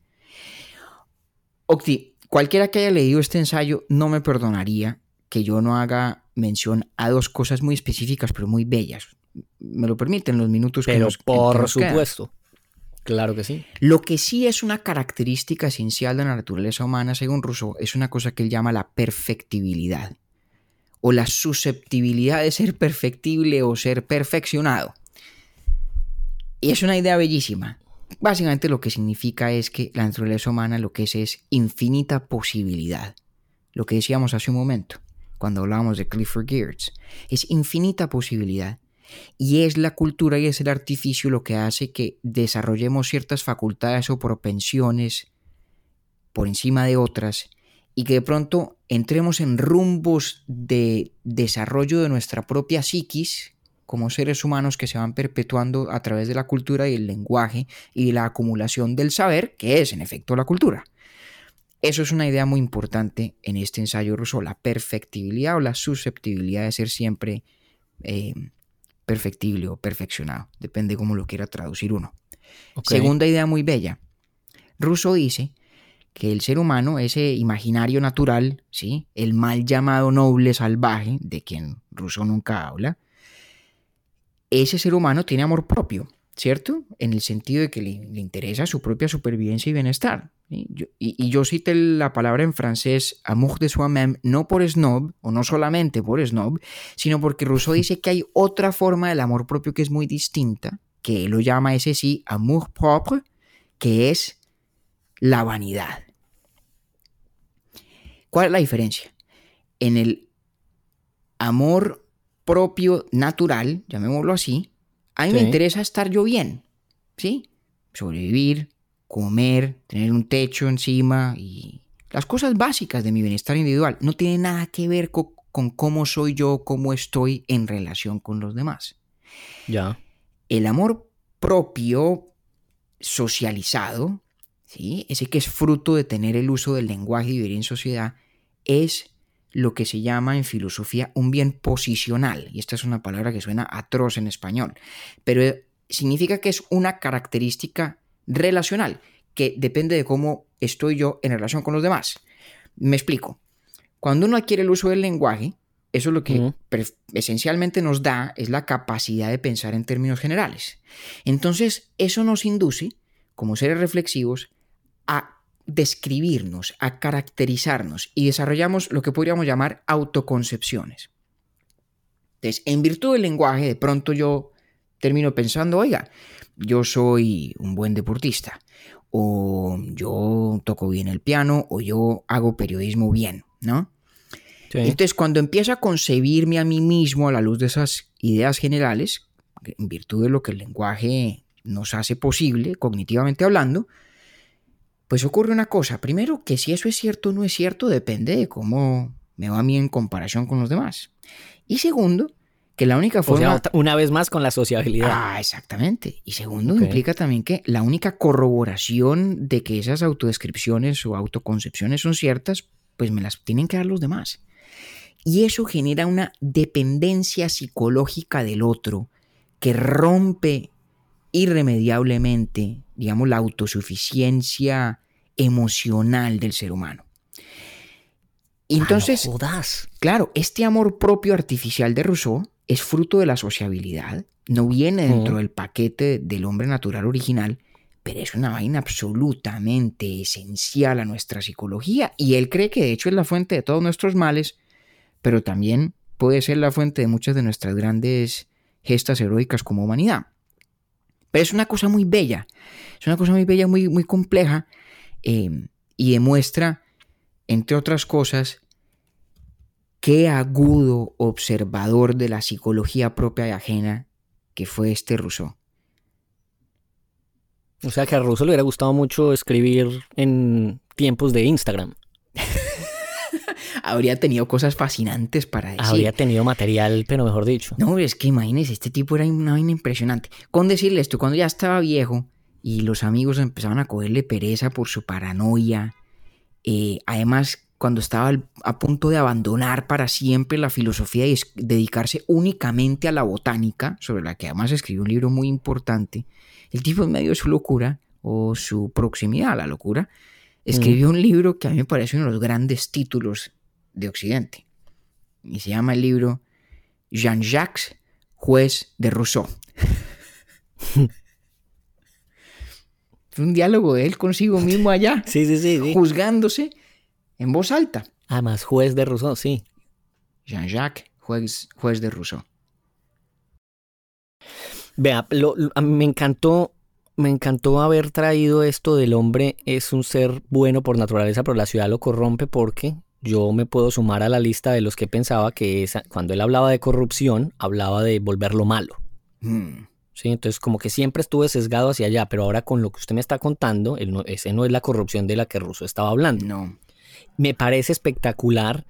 Octi, cualquiera que haya leído este ensayo no me perdonaría que yo no haga mención a dos cosas muy específicas pero muy bellas. ¿Me lo permiten los minutos que nos quedan? Por supuesto. Claro que sí. Lo que sí es una característica esencial de la naturaleza humana, según Rousseau, es una cosa que él llama la perfectibilidad. o la susceptibilidad de ser perfectible o ser perfeccionado. Y es una idea bellísima. Básicamente lo que significa es que la naturaleza humana lo que es infinita posibilidad. Lo que decíamos hace un momento, cuando hablábamos de Clifford Geertz. Es infinita posibilidad. Y es la cultura y es el artificio lo que hace que desarrollemos ciertas facultades o propensiones por encima de otras y que de pronto entremos en rumbos de desarrollo de nuestra propia psiquis como seres humanos que se van perpetuando a través de la cultura y el lenguaje y la acumulación del saber, que es en efecto la cultura. Eso es una idea muy importante en este ensayo Rousseau, la perfectibilidad o la susceptibilidad de ser siempre perfectible o perfeccionado, depende cómo lo quiera traducir uno. Okay. Segunda idea muy bella, Rousseau dice que el ser humano, ese imaginario natural, ¿sí?, el mal llamado noble salvaje, de quien Rousseau nunca habla, ese ser humano tiene amor propio, ¿cierto? En el sentido de que le interesa su propia supervivencia y bienestar. ¿Sí? Yo cité la palabra en francés amour de soi-même, no por snob, o no solamente por snob, sino porque Rousseau dice que hay otra forma del amor propio que es muy distinta, que él lo llama ese sí, amour propre, que es la vanidad. ¿Cuál es la diferencia? En el amor propio natural, llamémoslo así, a mí me interesa estar yo bien, ¿sí? Sobrevivir, comer, tener un techo encima y las cosas básicas de mi bienestar individual. No tiene nada que ver con cómo soy yo, cómo estoy en relación con los demás. Ya. El amor propio socializado, ¿sí?, ese que es fruto de tener el uso del lenguaje y vivir en sociedad, es lo que se llama en filosofía un bien posicional. Y esta es una palabra que suena atroz en español, pero significa que es una característica relacional que depende de cómo estoy yo en relación con los demás. Me explico. Cuando uno adquiere el uso del lenguaje, eso es lo que esencialmente nos da, es la capacidad de pensar en términos generales. Entonces, eso nos induce, como seres reflexivos, a describirnos, a caracterizarnos y desarrollamos lo que podríamos llamar autoconcepciones. Entonces, en virtud del lenguaje, de pronto yo termino pensando, oiga, yo soy un buen deportista, o yo toco bien el piano, o yo hago periodismo bien, ¿no? Sí. Entonces, cuando empiezo a concebirme a mí mismo a la luz de esas ideas generales, en virtud de lo que el lenguaje nos hace posible, cognitivamente hablando, pues ocurre una cosa. Primero, que si eso es cierto o no es cierto, depende de cómo me va a mí en comparación con los demás. Y segundo, que la única forma... O sea, una vez más con la sociabilidad. Ah, exactamente. Y segundo, implica también que la única corroboración de que esas autodescripciones o autoconcepciones son ciertas, pues me las tienen que dar los demás. Y eso genera una dependencia psicológica del otro que rompe irremediablemente, digamos, la autosuficiencia emocional del ser humano. Entonces, no jodas. Claro, este amor propio artificial de Rousseau es fruto de la sociabilidad, no viene dentro del paquete del hombre natural original, pero es una vaina absolutamente esencial a nuestra psicología y él cree que de hecho es la fuente de todos nuestros males, pero también puede ser la fuente de muchas de nuestras grandes gestas heroicas como humanidad. Pero es una cosa muy bella, muy, muy compleja y demuestra, entre otras cosas, qué agudo observador de la psicología propia y ajena que fue este Rousseau. O sea que a Rousseau le hubiera gustado mucho escribir en tiempos de Instagram. Habría tenido cosas fascinantes para decir. Habría tenido material, pero mejor dicho. No, es que imagínese, este tipo era una vaina impresionante. Con decirle esto, cuando ya estaba viejo y los amigos empezaban a cogerle pereza por su paranoia, además cuando estaba a punto de abandonar para siempre la filosofía y dedicarse únicamente a la botánica, sobre la que además escribió un libro muy importante, el tipo en medio de su locura o su proximidad a la locura, escribió un libro que a mí me parece uno de los grandes títulos de Occidente. Y se llama el libro Jean-Jacques, juez de Rousseau. Fue un diálogo de él consigo mismo allá, sí. juzgándose en voz alta. Además, juez de Rousseau, sí. Jean-Jacques, juez de Rousseau. Vea, a mí me encantó haber traído esto del hombre es un ser bueno por naturaleza, pero la ciudad lo corrompe, porque yo me puedo sumar a la lista de los que pensaba que cuando él hablaba de corrupción, hablaba de volverlo malo. ¿Sí? Entonces como que siempre estuve sesgado hacia allá, pero ahora con lo que usted me está contando, ese no es la corrupción de la que Rousseau estaba hablando. No. Me parece espectacular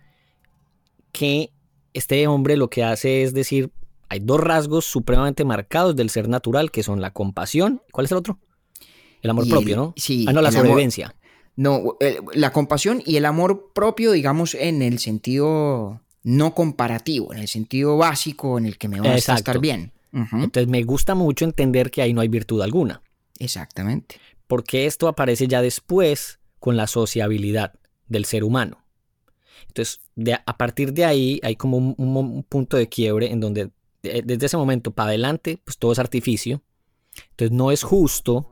que este hombre lo que hace es decir, hay dos rasgos supremamente marcados del ser natural, que son la compasión. ¿Cuál es el otro? El amor propio, ¿no? Sí. La sobrevivencia. No, la compasión y el amor propio, digamos, en el sentido no comparativo, en el sentido básico en el que me basta estar bien. Uh-huh. Entonces me gusta mucho entender que ahí no hay virtud alguna. Exactamente. Porque esto aparece ya después con la sociabilidad del ser humano. Entonces, a partir de ahí hay como un punto de quiebre en donde desde ese momento para adelante, pues todo es artificio. Entonces no es justo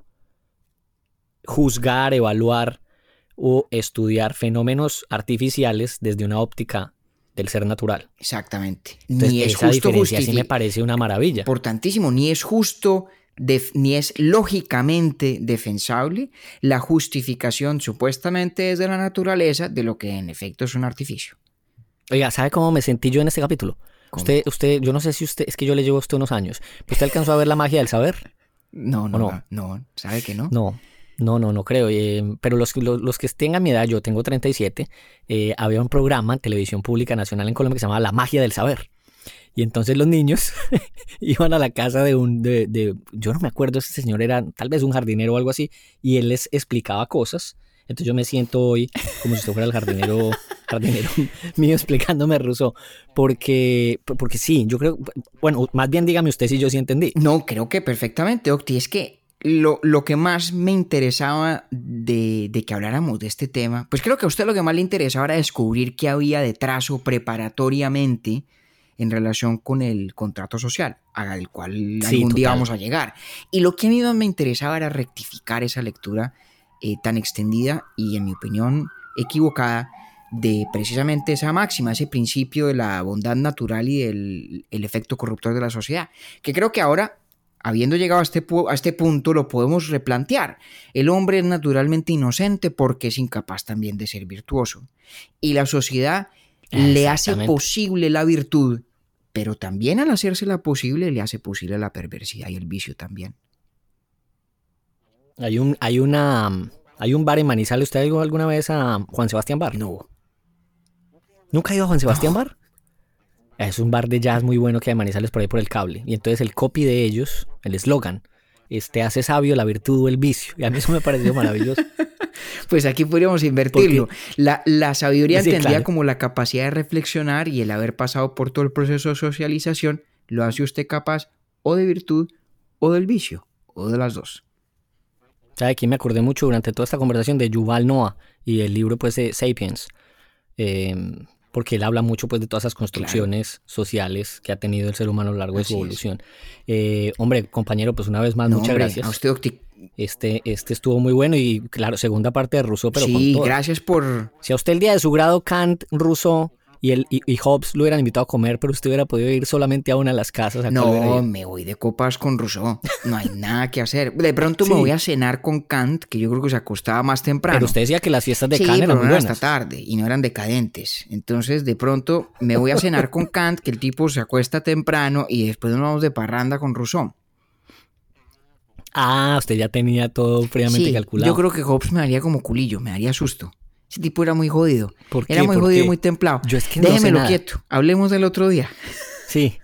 juzgar, evaluar o estudiar fenómenos artificiales desde una óptica del ser natural. Exactamente. Entonces, ni es esa justo diferencia sí me parece una maravilla. Importantísimo, ni es justo, ni es lógicamente defensable la justificación supuestamente desde la naturaleza de lo que en efecto es un artificio. Oiga, ¿sabe cómo me sentí yo en este capítulo? ¿Cómo? Usted, yo no sé si usted, es que yo le llevo a usted unos años. ¿Usted alcanzó a ver La magia del saber? No, ¿sabe que no? No creo. Pero los que tengan mi edad, yo tengo 37, había un programa en televisión pública nacional en Colombia que se llamaba La magia del saber. Y entonces los niños iban a la casa de yo no me acuerdo, ese señor era tal vez un jardinero o algo así, y él les explicaba cosas. Entonces yo me siento hoy como si usted fuera el jardinero mío explicándome Rousseau, porque sí, yo creo, bueno, más bien dígame usted si yo sí entendí. No, creo que perfectamente, Octi. Es que lo que más me interesaba de que habláramos de este tema, pues creo que a usted lo que más le interesaba era descubrir qué había detrás o preparatoriamente en relación con el contrato social, al cual algún día vamos a llegar. Y lo que a mí más me interesaba era rectificar esa lectura tan extendida y, en mi opinión, equivocada de precisamente esa máxima, ese principio de la bondad natural y del el efecto corruptor de la sociedad, que creo que ahora, habiendo llegado a este punto, lo podemos replantear. El hombre es naturalmente inocente porque es incapaz también de ser virtuoso. Y la sociedad le hace posible la virtud, pero también al hacérsela posible, le hace posible la perversidad y el vicio también. Hay un bar en Manizales. ¿Usted ha ido alguna vez a Juan Sebastián Bar? No. ¿Nunca ha ido a Juan Sebastián Bar? Es un bar de jazz muy bueno que hay en Manizales por ahí por el cable. Y entonces el copy de ellos, el eslogan, hace sabio la virtud o el vicio. Y a mí eso me pareció maravilloso. Pues aquí podríamos invertirlo. La sabiduría entendida claro, como la capacidad de reflexionar, y el haber pasado por todo el proceso de socialización lo hace usted capaz o de virtud o del vicio, o de las dos. ¿Sabe? Aquí me acordé mucho durante toda esta conversación de Yuval Noah y el libro pues de Sapiens, porque él habla mucho pues de todas esas construcciones sociales que ha tenido el ser humano a lo largo de su evolución. Hombre, compañero, pues una vez más, muchas gracias. A usted, Octi. Este estuvo muy bueno y claro, segunda parte de Rousseau, pero con todo. Gracias por... Si a usted el día de su grado Kant, Rousseau y Hobbes lo hubieran invitado a comer, pero usted hubiera podido ir solamente a una de las casas. No, me voy de copas con Rousseau. No hay nada que hacer. De pronto me voy a cenar con Kant, que yo creo que se acostaba más temprano. Pero usted decía que las fiestas de Kant eran muy buenas. Hasta tarde y no eran decadentes. Entonces, de pronto me voy a cenar con Kant, que el tipo se acuesta temprano, y después nos vamos de parranda con Rousseau. Ah, usted ya tenía todo previamente calculado. Yo creo que Hobbes me daría como culillo, me daría susto. Ese tipo era muy jodido. ¿Por qué? Era muy jodido y muy templado. Yo es que déjemelo no sé quieto. Hablemos del otro día. Sí.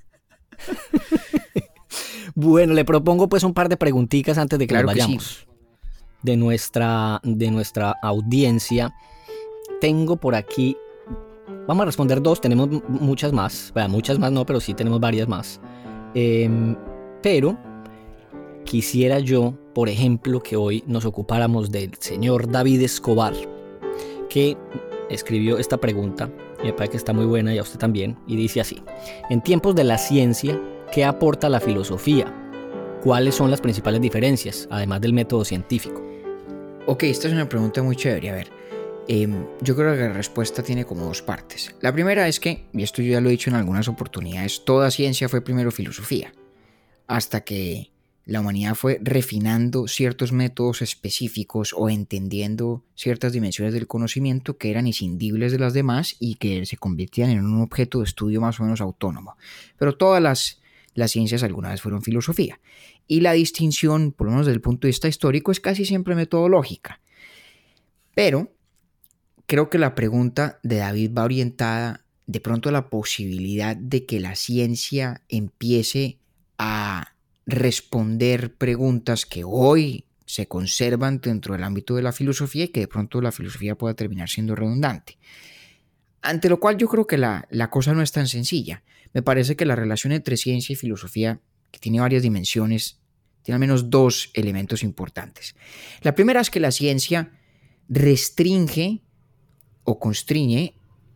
Bueno, le propongo pues un par de preguntitas antes de que nos vayamos. Sí. De nuestra audiencia. Tengo por aquí... Vamos a responder dos. Tenemos muchas más. Bueno, muchas más no, pero sí tenemos varias más. Pero quisiera yo, por ejemplo, que hoy nos ocupáramos del señor David Escobar, que escribió esta pregunta, y me parece que está muy buena, y a usted también, y dice así: en tiempos de la ciencia, ¿qué aporta la filosofía? ¿Cuáles son las principales diferencias, además del método científico? Ok, esta es una pregunta muy chévere. A ver, Yo creo que la respuesta tiene como dos partes. La primera es que, y esto yo ya lo he dicho en algunas oportunidades, toda ciencia fue primero filosofía, hasta que la humanidad fue refinando ciertos métodos específicos o entendiendo ciertas dimensiones del conocimiento que eran escindibles de las demás y que se convertían en un objeto de estudio más o menos autónomo. Pero todas las ciencias alguna vez fueron filosofía. Y la distinción, por lo menos desde el punto de vista histórico, es casi siempre metodológica. Pero creo que la pregunta de David va orientada de pronto a la posibilidad de que la ciencia empiece a responder preguntas que hoy se conservan dentro del ámbito de la filosofía y que de pronto la filosofía pueda terminar siendo redundante. Ante lo cual yo creo que la cosa no es tan sencilla. Me parece que la relación entre ciencia y filosofía, que tiene varias dimensiones, tiene al menos dos elementos importantes. La primera es que la ciencia restringe o constriñe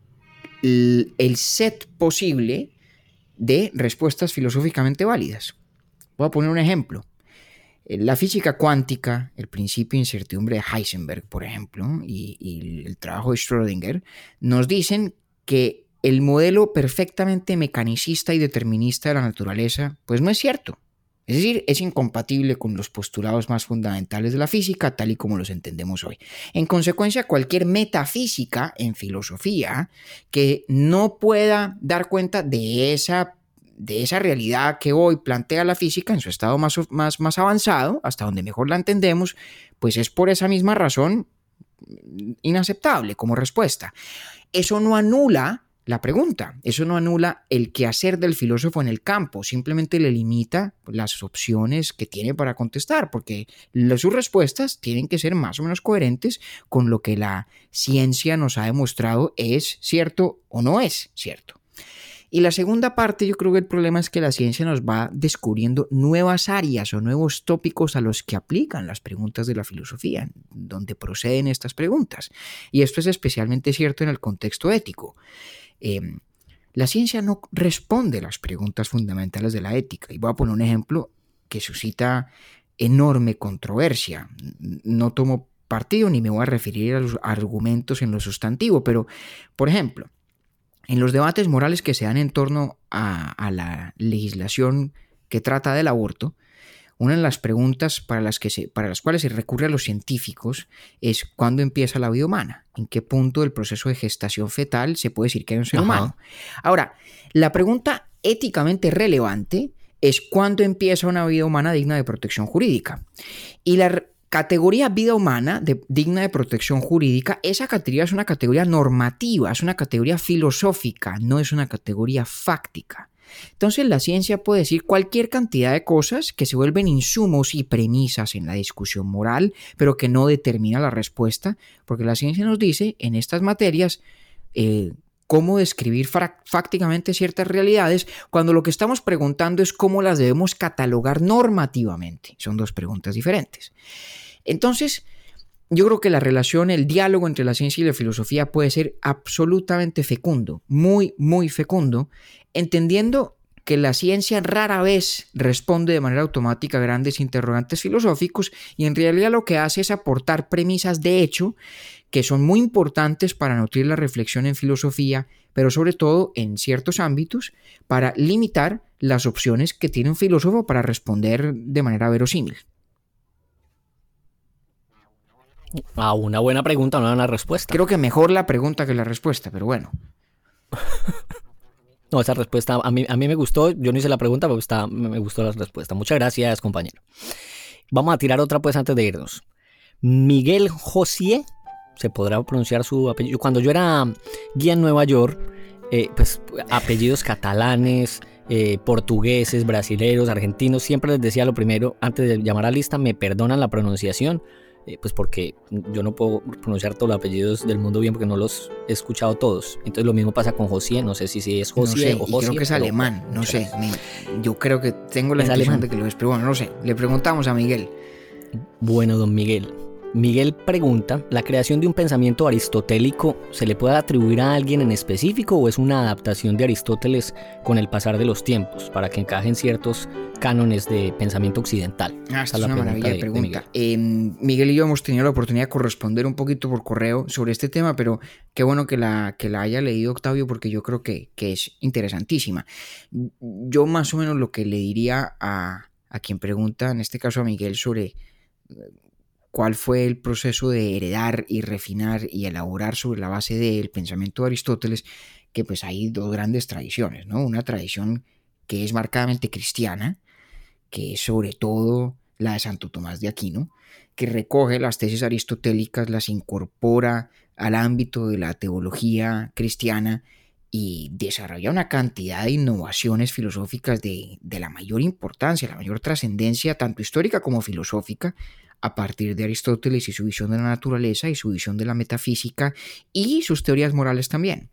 el set posible de respuestas filosóficamente válidas. Voy a poner un ejemplo. La física cuántica, el principio de incertidumbre de Heisenberg, por ejemplo, y el trabajo de Schrödinger, nos dicen que el modelo perfectamente mecanicista y determinista de la naturaleza, pues no es cierto. Es decir, es incompatible con los postulados más fundamentales de la física, tal y como los entendemos hoy. En consecuencia, cualquier metafísica en filosofía que no pueda dar cuenta de esa realidad que hoy plantea la física en su estado más avanzado, hasta donde mejor la entendemos, pues es por esa misma razón inaceptable como respuesta. Eso no anula la pregunta, eso no anula el quehacer del filósofo en el campo, simplemente le limita las opciones que tiene para contestar, porque sus respuestas tienen que ser más o menos coherentes con lo que la ciencia nos ha demostrado es cierto o no es cierto. Y la segunda parte, yo creo que el problema es que la ciencia nos va descubriendo nuevas áreas o nuevos tópicos a los que aplican las preguntas de la filosofía, donde proceden estas preguntas. Y esto es especialmente cierto en el contexto ético. La ciencia no responde a las preguntas fundamentales de la ética. Y voy a poner un ejemplo que suscita enorme controversia. No tomo partido ni me voy a referir a los argumentos en lo sustantivo, pero, por ejemplo, en los debates morales que se dan en torno a la legislación que trata del aborto, una de las preguntas para las cuales se recurre a los científicos es ¿cuándo empieza la vida humana? ¿En qué punto del proceso de gestación fetal se puede decir que hay un ser humano? Ahora, la pregunta éticamente relevante es ¿cuándo empieza una vida humana digna de protección jurídica? Y la categoría vida humana digna de protección jurídica, esa categoría es una categoría normativa, es una categoría filosófica, no es una categoría fáctica. Entonces la ciencia puede decir cualquier cantidad de cosas que se vuelven insumos y premisas en la discusión moral, pero que no determina la respuesta, porque la ciencia nos dice en estas materias cómo describir fácticamente ciertas realidades, cuando lo que estamos preguntando es cómo las debemos catalogar normativamente. Son dos preguntas diferentes. Entonces, yo creo que la relación, el diálogo entre la ciencia y la filosofía puede ser absolutamente fecundo, muy, muy fecundo, entendiendo que la ciencia rara vez responde de manera automática a grandes interrogantes filosóficos y en realidad lo que hace es aportar premisas de hecho que son muy importantes para nutrir la reflexión en filosofía, pero sobre todo en ciertos ámbitos para limitar las opciones que tiene un filósofo para responder de manera verosímil. A una buena pregunta, una buena respuesta. Creo que mejor la pregunta que la respuesta, pero bueno. No, esa respuesta a mí me gustó. Yo no hice la pregunta, pero me gustó la respuesta. Muchas gracias, compañero. Vamos a tirar otra pues antes de irnos. Miguel José, se podrá pronunciar su apellido. Cuando yo era guía en Nueva York, pues apellidos catalanes, portugueses, brasileños, argentinos, siempre les decía lo primero, antes de llamar a lista, me perdonan la pronunciación. Pues porque yo no puedo pronunciar todos los apellidos del mundo bien porque no los he escuchado todos. Entonces lo mismo pasa con José, no sé si es José, no sé, o José. Creo que es alemán, no sé. Yo creo que tengo la impresión de que lo es, pero bueno, no sé. Le preguntamos a Miguel. Bueno, don Miguel. Miguel pregunta, ¿la creación de un pensamiento aristotélico se le puede atribuir a alguien en específico o es una adaptación de Aristóteles con el pasar de los tiempos para que encajen ciertos cánones de pensamiento occidental? Esta es una maravilla de pregunta. Miguel y yo hemos tenido la oportunidad de corresponder un poquito por correo sobre este tema, pero qué bueno que la haya leído Octavio, porque yo creo que es interesantísima. Yo más o menos lo que le diría a quien pregunta, en este caso a Miguel, sobre cuál fue el proceso de heredar y refinar y elaborar sobre la base del pensamiento de Aristóteles, que pues hay dos grandes tradiciones, ¿no? Una tradición que es marcadamente cristiana, que es sobre todo la de Santo Tomás de Aquino, que recoge las tesis aristotélicas, las incorpora al ámbito de la teología cristiana y desarrolla una cantidad de innovaciones filosóficas de la mayor importancia, la mayor trascendencia, tanto histórica como filosófica, a partir de Aristóteles y su visión de la naturaleza y su visión de la metafísica y sus teorías morales también.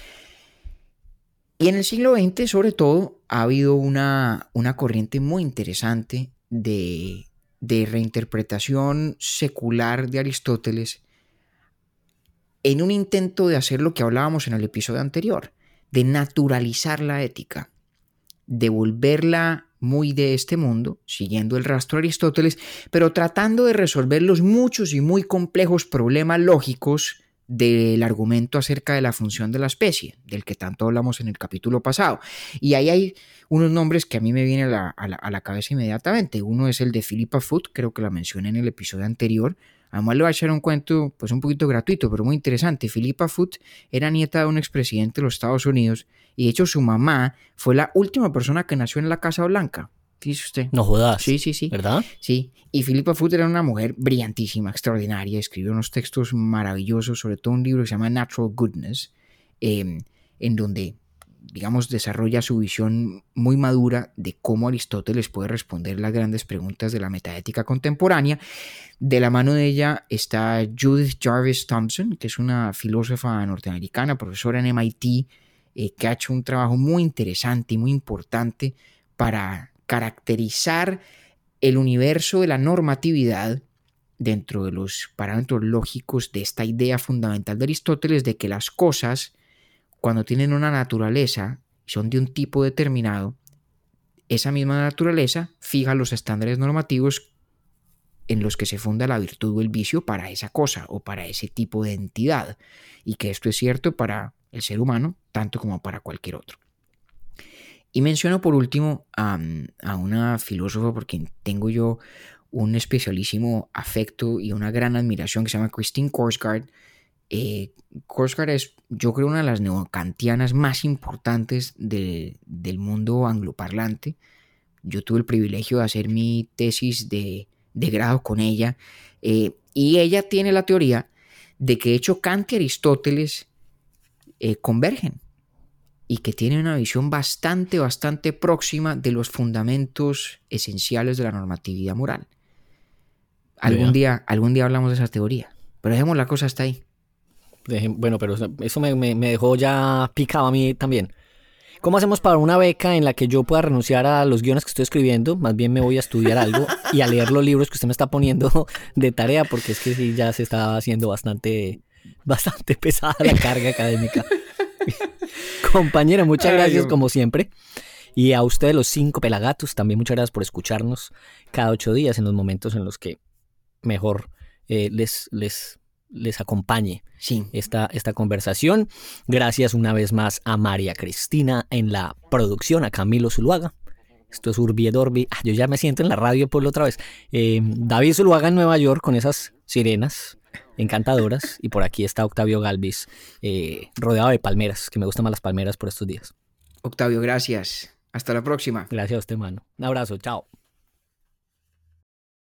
Y en el siglo XX, sobre todo, ha habido una corriente muy interesante de reinterpretación secular de Aristóteles en un intento de hacer lo que hablábamos en el episodio anterior, de naturalizar la ética, de volverla muy de este mundo, siguiendo el rastro de Aristóteles, pero tratando de resolver los muchos y muy complejos problemas lógicos del argumento acerca de la función de la especie, del que tanto hablamos en el capítulo pasado. Y ahí hay unos nombres que a mí me vienen a la cabeza inmediatamente. Uno es el de Philippa Foot, creo que la mencioné en el episodio anterior. Además le voy a echar un cuento pues un poquito gratuito, pero muy interesante. Philippa Foot era nieta de un expresidente de los Estados Unidos y de hecho su mamá fue la última persona que nació en la Casa Blanca. Fíjese usted. No jodas. Sí. ¿Verdad? Sí. Y Philippa Foot era una mujer brillantísima, extraordinaria. Escribió unos textos maravillosos, sobre todo un libro que se llama Natural Goodness, en donde, digamos, desarrolla su visión muy madura de cómo Aristóteles puede responder las grandes preguntas de la metaética contemporánea. De la mano de ella está Judith Jarvis Thomson, que es una filósofa norteamericana, profesora en MIT, que ha hecho un trabajo muy interesante y muy importante para caracterizar el universo de la normatividad dentro de los parámetros lógicos de esta idea fundamental de Aristóteles de que las cosas, cuando tienen una naturaleza y son de un tipo determinado, esa misma naturaleza fija los estándares normativos en los que se funda la virtud o el vicio para esa cosa o para ese tipo de entidad, y que esto es cierto para el ser humano tanto como para cualquier otro. Y menciono por último a una filósofa por quien tengo yo un especialísimo afecto y una gran admiración, que se llama Christine Korsgaard. Korsgaard es, yo creo, una de las neokantianas más importantes del mundo angloparlante. Yo tuve el privilegio de hacer mi tesis de grado con ella, y ella tiene la teoría de que de hecho Kant y Aristóteles convergen y que tienen una visión bastante próxima de los fundamentos esenciales de la normatividad moral. Algún día hablamos de esa teoría, pero dejemos la cosa hasta ahí. Bueno, pero eso me dejó ya picado a mí también. ¿Cómo hacemos para una beca en la que yo pueda renunciar a los guiones que estoy escribiendo? Más bien me voy a estudiar algo y a leer los libros que usted me está poniendo de tarea, porque es que sí, ya se está haciendo bastante pesada la carga académica. Compañero, muchas gracias como siempre. Y a ustedes, los 5 pelagatos, también muchas gracias por escucharnos cada 8 días en los momentos en los que mejor les acompañe esta conversación. Gracias una vez más a María Cristina en la producción, a Camilo Zuluaga. Esto es Urbi Dorbi. Yo ya me siento en la radio por otra vez. David Zuluaga en Nueva York con esas sirenas encantadoras. Y por aquí está Octavio Galvis, rodeado de palmeras, que me gustan más las palmeras por estos días. Octavio, gracias. Hasta la próxima. Gracias a usted, mano. Un abrazo. Chao.